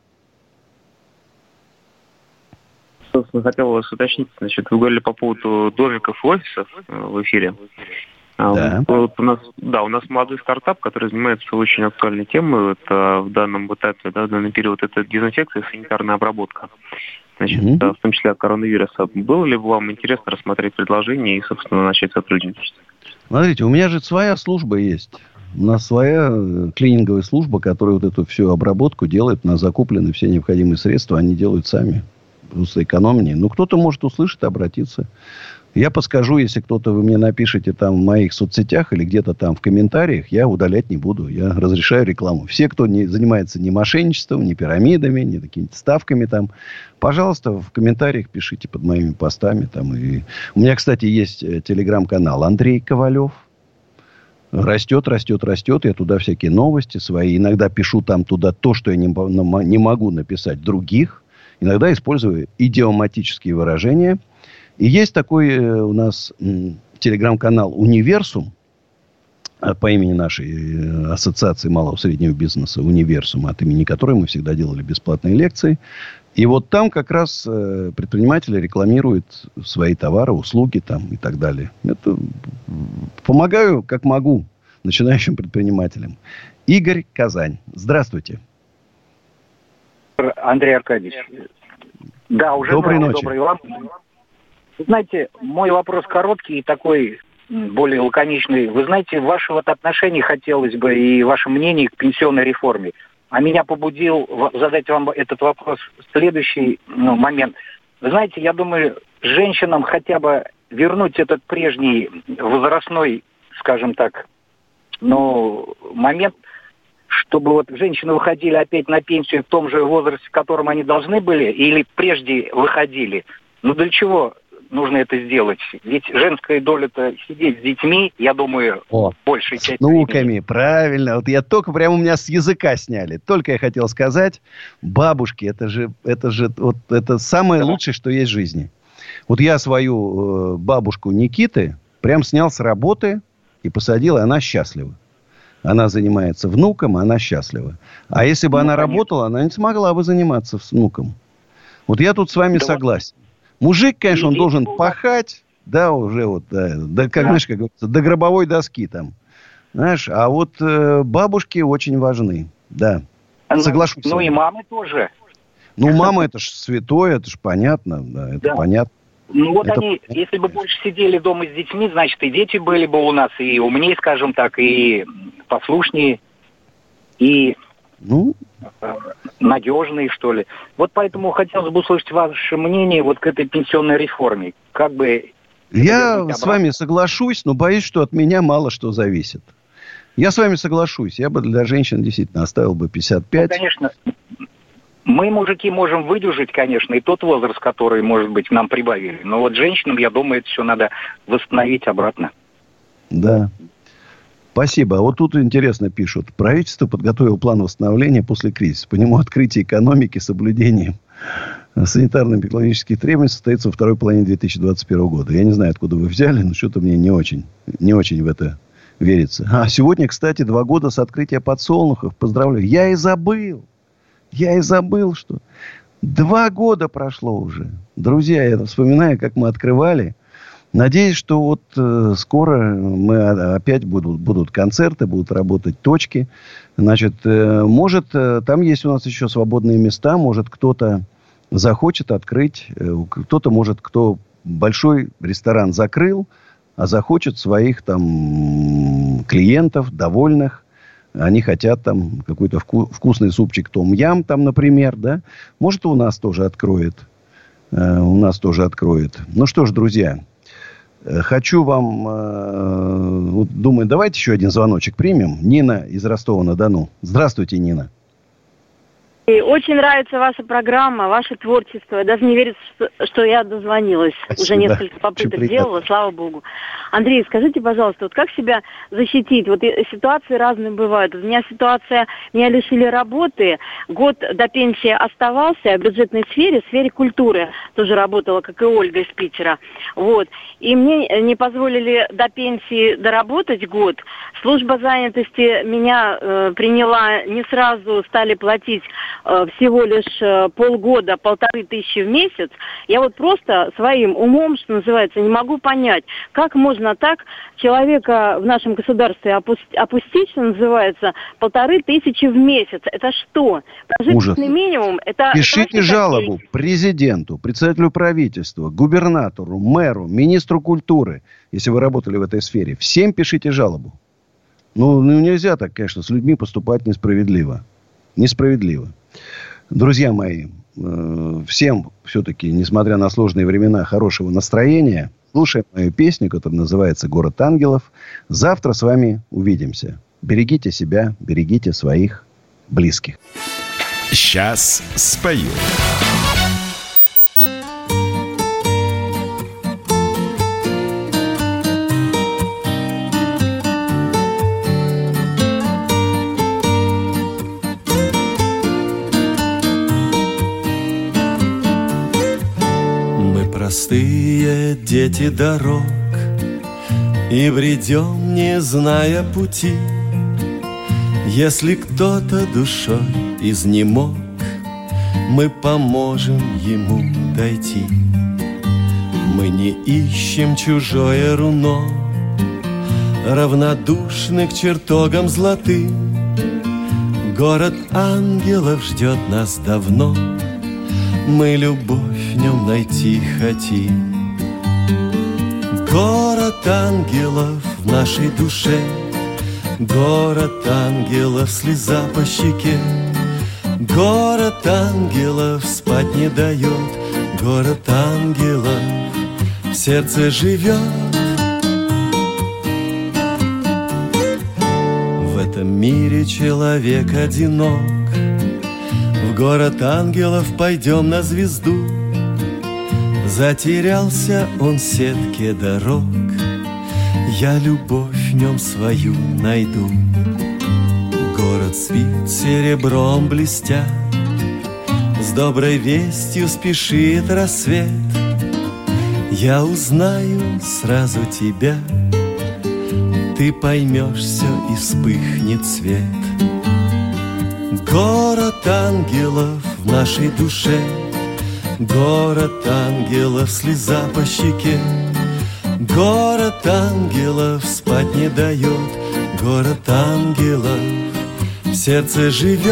Собственно, хотел вас уточнить, значит, вы говорили по поводу домиков и офисов в эфире. Да. Вот у нас, да, у нас молодой стартап, который занимается очень актуальной темой это в данном этапе, да, в данный период, это дезинфекция и санитарная обработка. Значит, mm-hmm. да, в том числе от коронавируса. Было ли вам интересно рассмотреть предложение и, собственно, начать сотрудничество? Смотрите, у меня же своя служба есть. У нас своя клининговая служба, которая вот эту всю обработку делает. У нас закуплены все необходимые средства, они делают сами. Просто экономнее. Ну, кто-то может услышать, обратиться. Я подскажу, если кто-то вы мне напишите там в моих соцсетях или где-то там в комментариях, я удалять не буду. Я разрешаю рекламу. Все, кто не занимается ни мошенничеством, ни пирамидами, ни какими-то ставками там, пожалуйста, в комментариях пишите под моими постами. Там. И... У меня, кстати, есть телеграм-канал Андрей Ковалев. Растет, растет, растет. Я туда всякие новости свои. Иногда пишу там туда то, что я не, не могу написать других. Иногда использую идиоматические выражения. И есть такой у нас телеграм-канал «Универсум» по имени нашей ассоциации малого и среднего бизнеса «Универсум», от имени которой мы всегда делали бесплатные лекции. И вот там как раз предприниматели рекламируют свои товары, услуги там и так далее. Это помогаю, как могу, начинающим предпринимателям. Игорь, Казань. Здравствуйте. Андрей Аркадьевич. Да, уже доброй ночи. Добрый вам. Знаете, мой вопрос короткий и такой более лаконичный. Вы знаете, ваше вот отношение хотелось бы и ваше мнение к пенсионной реформе. А меня побудил задать вам этот вопрос в следующий ну, момент. Вы знаете, я думаю, женщинам хотя бы вернуть этот прежний возрастной, скажем так, ну, момент, чтобы вот женщины выходили опять на пенсию в том же возрасте, в котором они должны были, или прежде выходили. Ну, для чего нужно это сделать? Ведь женская доля-то сидеть с детьми, я думаю, О, большая часть с внуками, времени. Правильно. Вот я только прямо у меня с языка сняли. Только я хотел сказать, бабушки, это же, это же вот, это самое да. лучшее, что есть в жизни. Вот я свою э, бабушку Никиты прям снял с работы и посадил, и она счастлива. Она занимается внуком, она счастлива. А если бы ну, она конечно. работала, она не смогла бы заниматься с внуком. Вот я тут с вами да согласен. Мужик, конечно, он должен пахать, да, уже вот, да, да, как, да. знаешь, как говорится, до гробовой доски там. Знаешь, а вот э, бабушки очень важны, да. Ну, соглашусь. Ну и мамы тоже. Ну, мама это ж святое, это ж понятно, да, это да. понятно. Ну вот это они, понятно. если бы больше сидели дома с детьми, значит, и дети были бы у нас и умнее, скажем так, и послушнее, и ну, надежные, что ли. Вот поэтому хотелось бы услышать ваше мнение вот к этой пенсионной реформе. Как бы... Я с вами соглашусь, но боюсь, что от меня мало что зависит. Я с вами соглашусь. Я бы для женщин действительно оставил бы пятьдесят пять. Ну, конечно, мы, мужики, можем выдержать, конечно, и тот возраст, который, может быть, нам прибавили. Но вот женщинам, я думаю, это все надо восстановить обратно. Да. Спасибо. А вот тут интересно пишут. Правительство подготовило план восстановления после кризиса. По нему открытие экономики с соблюдением санитарно-эпидемиологических требований состоится во второй половине две тысячи двадцать первого года. Я не знаю, откуда вы взяли, но что-то мне не очень, не очень в это верится. А сегодня, кстати, два года с открытия подсолнухов. Поздравляю. Я и забыл. Я и забыл, что два года прошло уже. Друзья, я вспоминаю, как мы открывали. Надеюсь, что вот э, скоро мы опять будут, будут концерты, будут работать точки. Значит, э, может, э, там есть у нас еще свободные места. Может, кто-то захочет открыть. Э, кто-то, может, кто большой ресторан закрыл, а захочет своих там клиентов, довольных. Они хотят там какой-то вку- вкусный супчик том-ям, там, например, да. Может, у нас тоже откроет. Э, у нас тоже откроет. Ну что ж, друзья, э, хочу вам... Э, вот, думаю, давайте еще один звоночек примем. Нина из Ростова-на-Дону. Здравствуйте, Нина. Очень нравится ваша программа, ваше творчество. Даже не верится, что, что я дозвонилась. Спасибо. Уже несколько попыток делала, слава богу. Андрей, скажите, пожалуйста, вот как себя защитить? Вот ситуации разные бывают. У меня ситуация, меня лишили работы, год до пенсии оставался в бюджетной сфере, в сфере культуры. Тоже работала, как и Ольга из Питера. Вот. И мне не позволили до пенсии доработать год. Служба занятости меня э, приняла не сразу, стали платить всего лишь полгода, полторы тысячи в месяц. Я вот просто своим умом, что называется, не могу понять, как можно так человека в нашем государстве опустить, опустить, что называется, полторы тысячи в месяц. Это что? Прожиточный минимум? Это, Пишите это жалобу такие... президенту, председателю правительства, губернатору, мэру, министру культуры, если вы работали в этой сфере. Всем пишите жалобу. Ну, ну нельзя так, конечно, с людьми поступать несправедливо. Несправедливо. Друзья мои, э, всем все-таки, несмотря на сложные времена, хорошего настроения. Слушаем мою песню, которая называется «Город ангелов». Завтра с вами увидимся. Берегите себя, берегите своих близких. Сейчас спою. Простые дети дорог, и бредем, не зная пути. Если кто-то душой изнемог, мы поможем ему дойти. Мы не ищем чужое руно, равнодушны к чертогам золотым. Город ангелов ждет нас давно, мы любовь в нем найти хотим. Город ангелов в нашей душе, город ангелов, слеза по щеке. Город ангелов спать не дает, город ангелов в сердце живет. В этом мире человек одинок, в город ангелов пойдем на звезду. Затерялся он в сетке дорог, я любовь в нем свою найду. Город спит серебром блестя, с доброй вестью спешит рассвет. Я узнаю сразу тебя, ты поймешь все и вспыхнет свет. Город ангелов в нашей душе, Город ангелов, слеза по щеке. Город ангелов спать не дает. Город ангелов в сердце живет.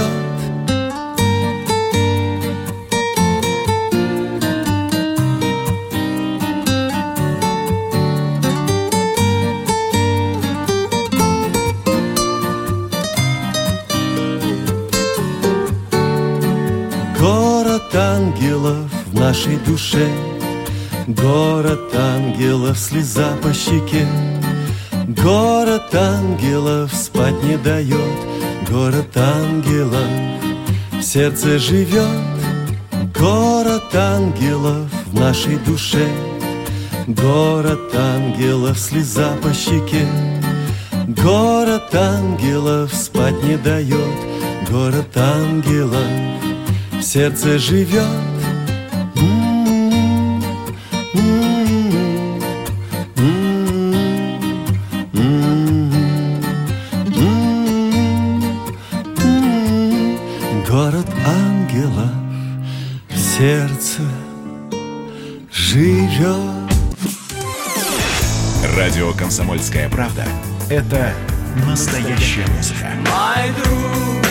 Город ангелов в нашей душе. Город ангелов, слеза по щеке. Город ангелов спать не дает. Город ангелов в сердце живет. Город ангелов в нашей душе. Город ангелов, слеза по щеке. Город ангелов спать не дает. Город ангелов в сердце живет. Город ангелов в сердце живет. Радио «Комсомольская правда» — это настоящая музыка. Мой друг,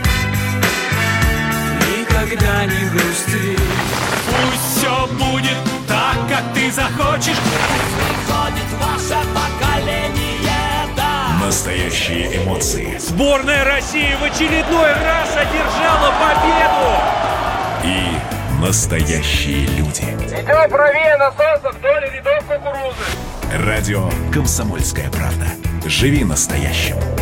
никогда не грусти. Пусть все будет так, как ты захочешь. Приходит ваше поколение, да. Настоящие эмоции. Сборная России в очередной раз одержала победу. И настоящие люди. Идем правее насоса вдоль рядов кукурузы. Радио «Комсомольская правда». Живи настоящим.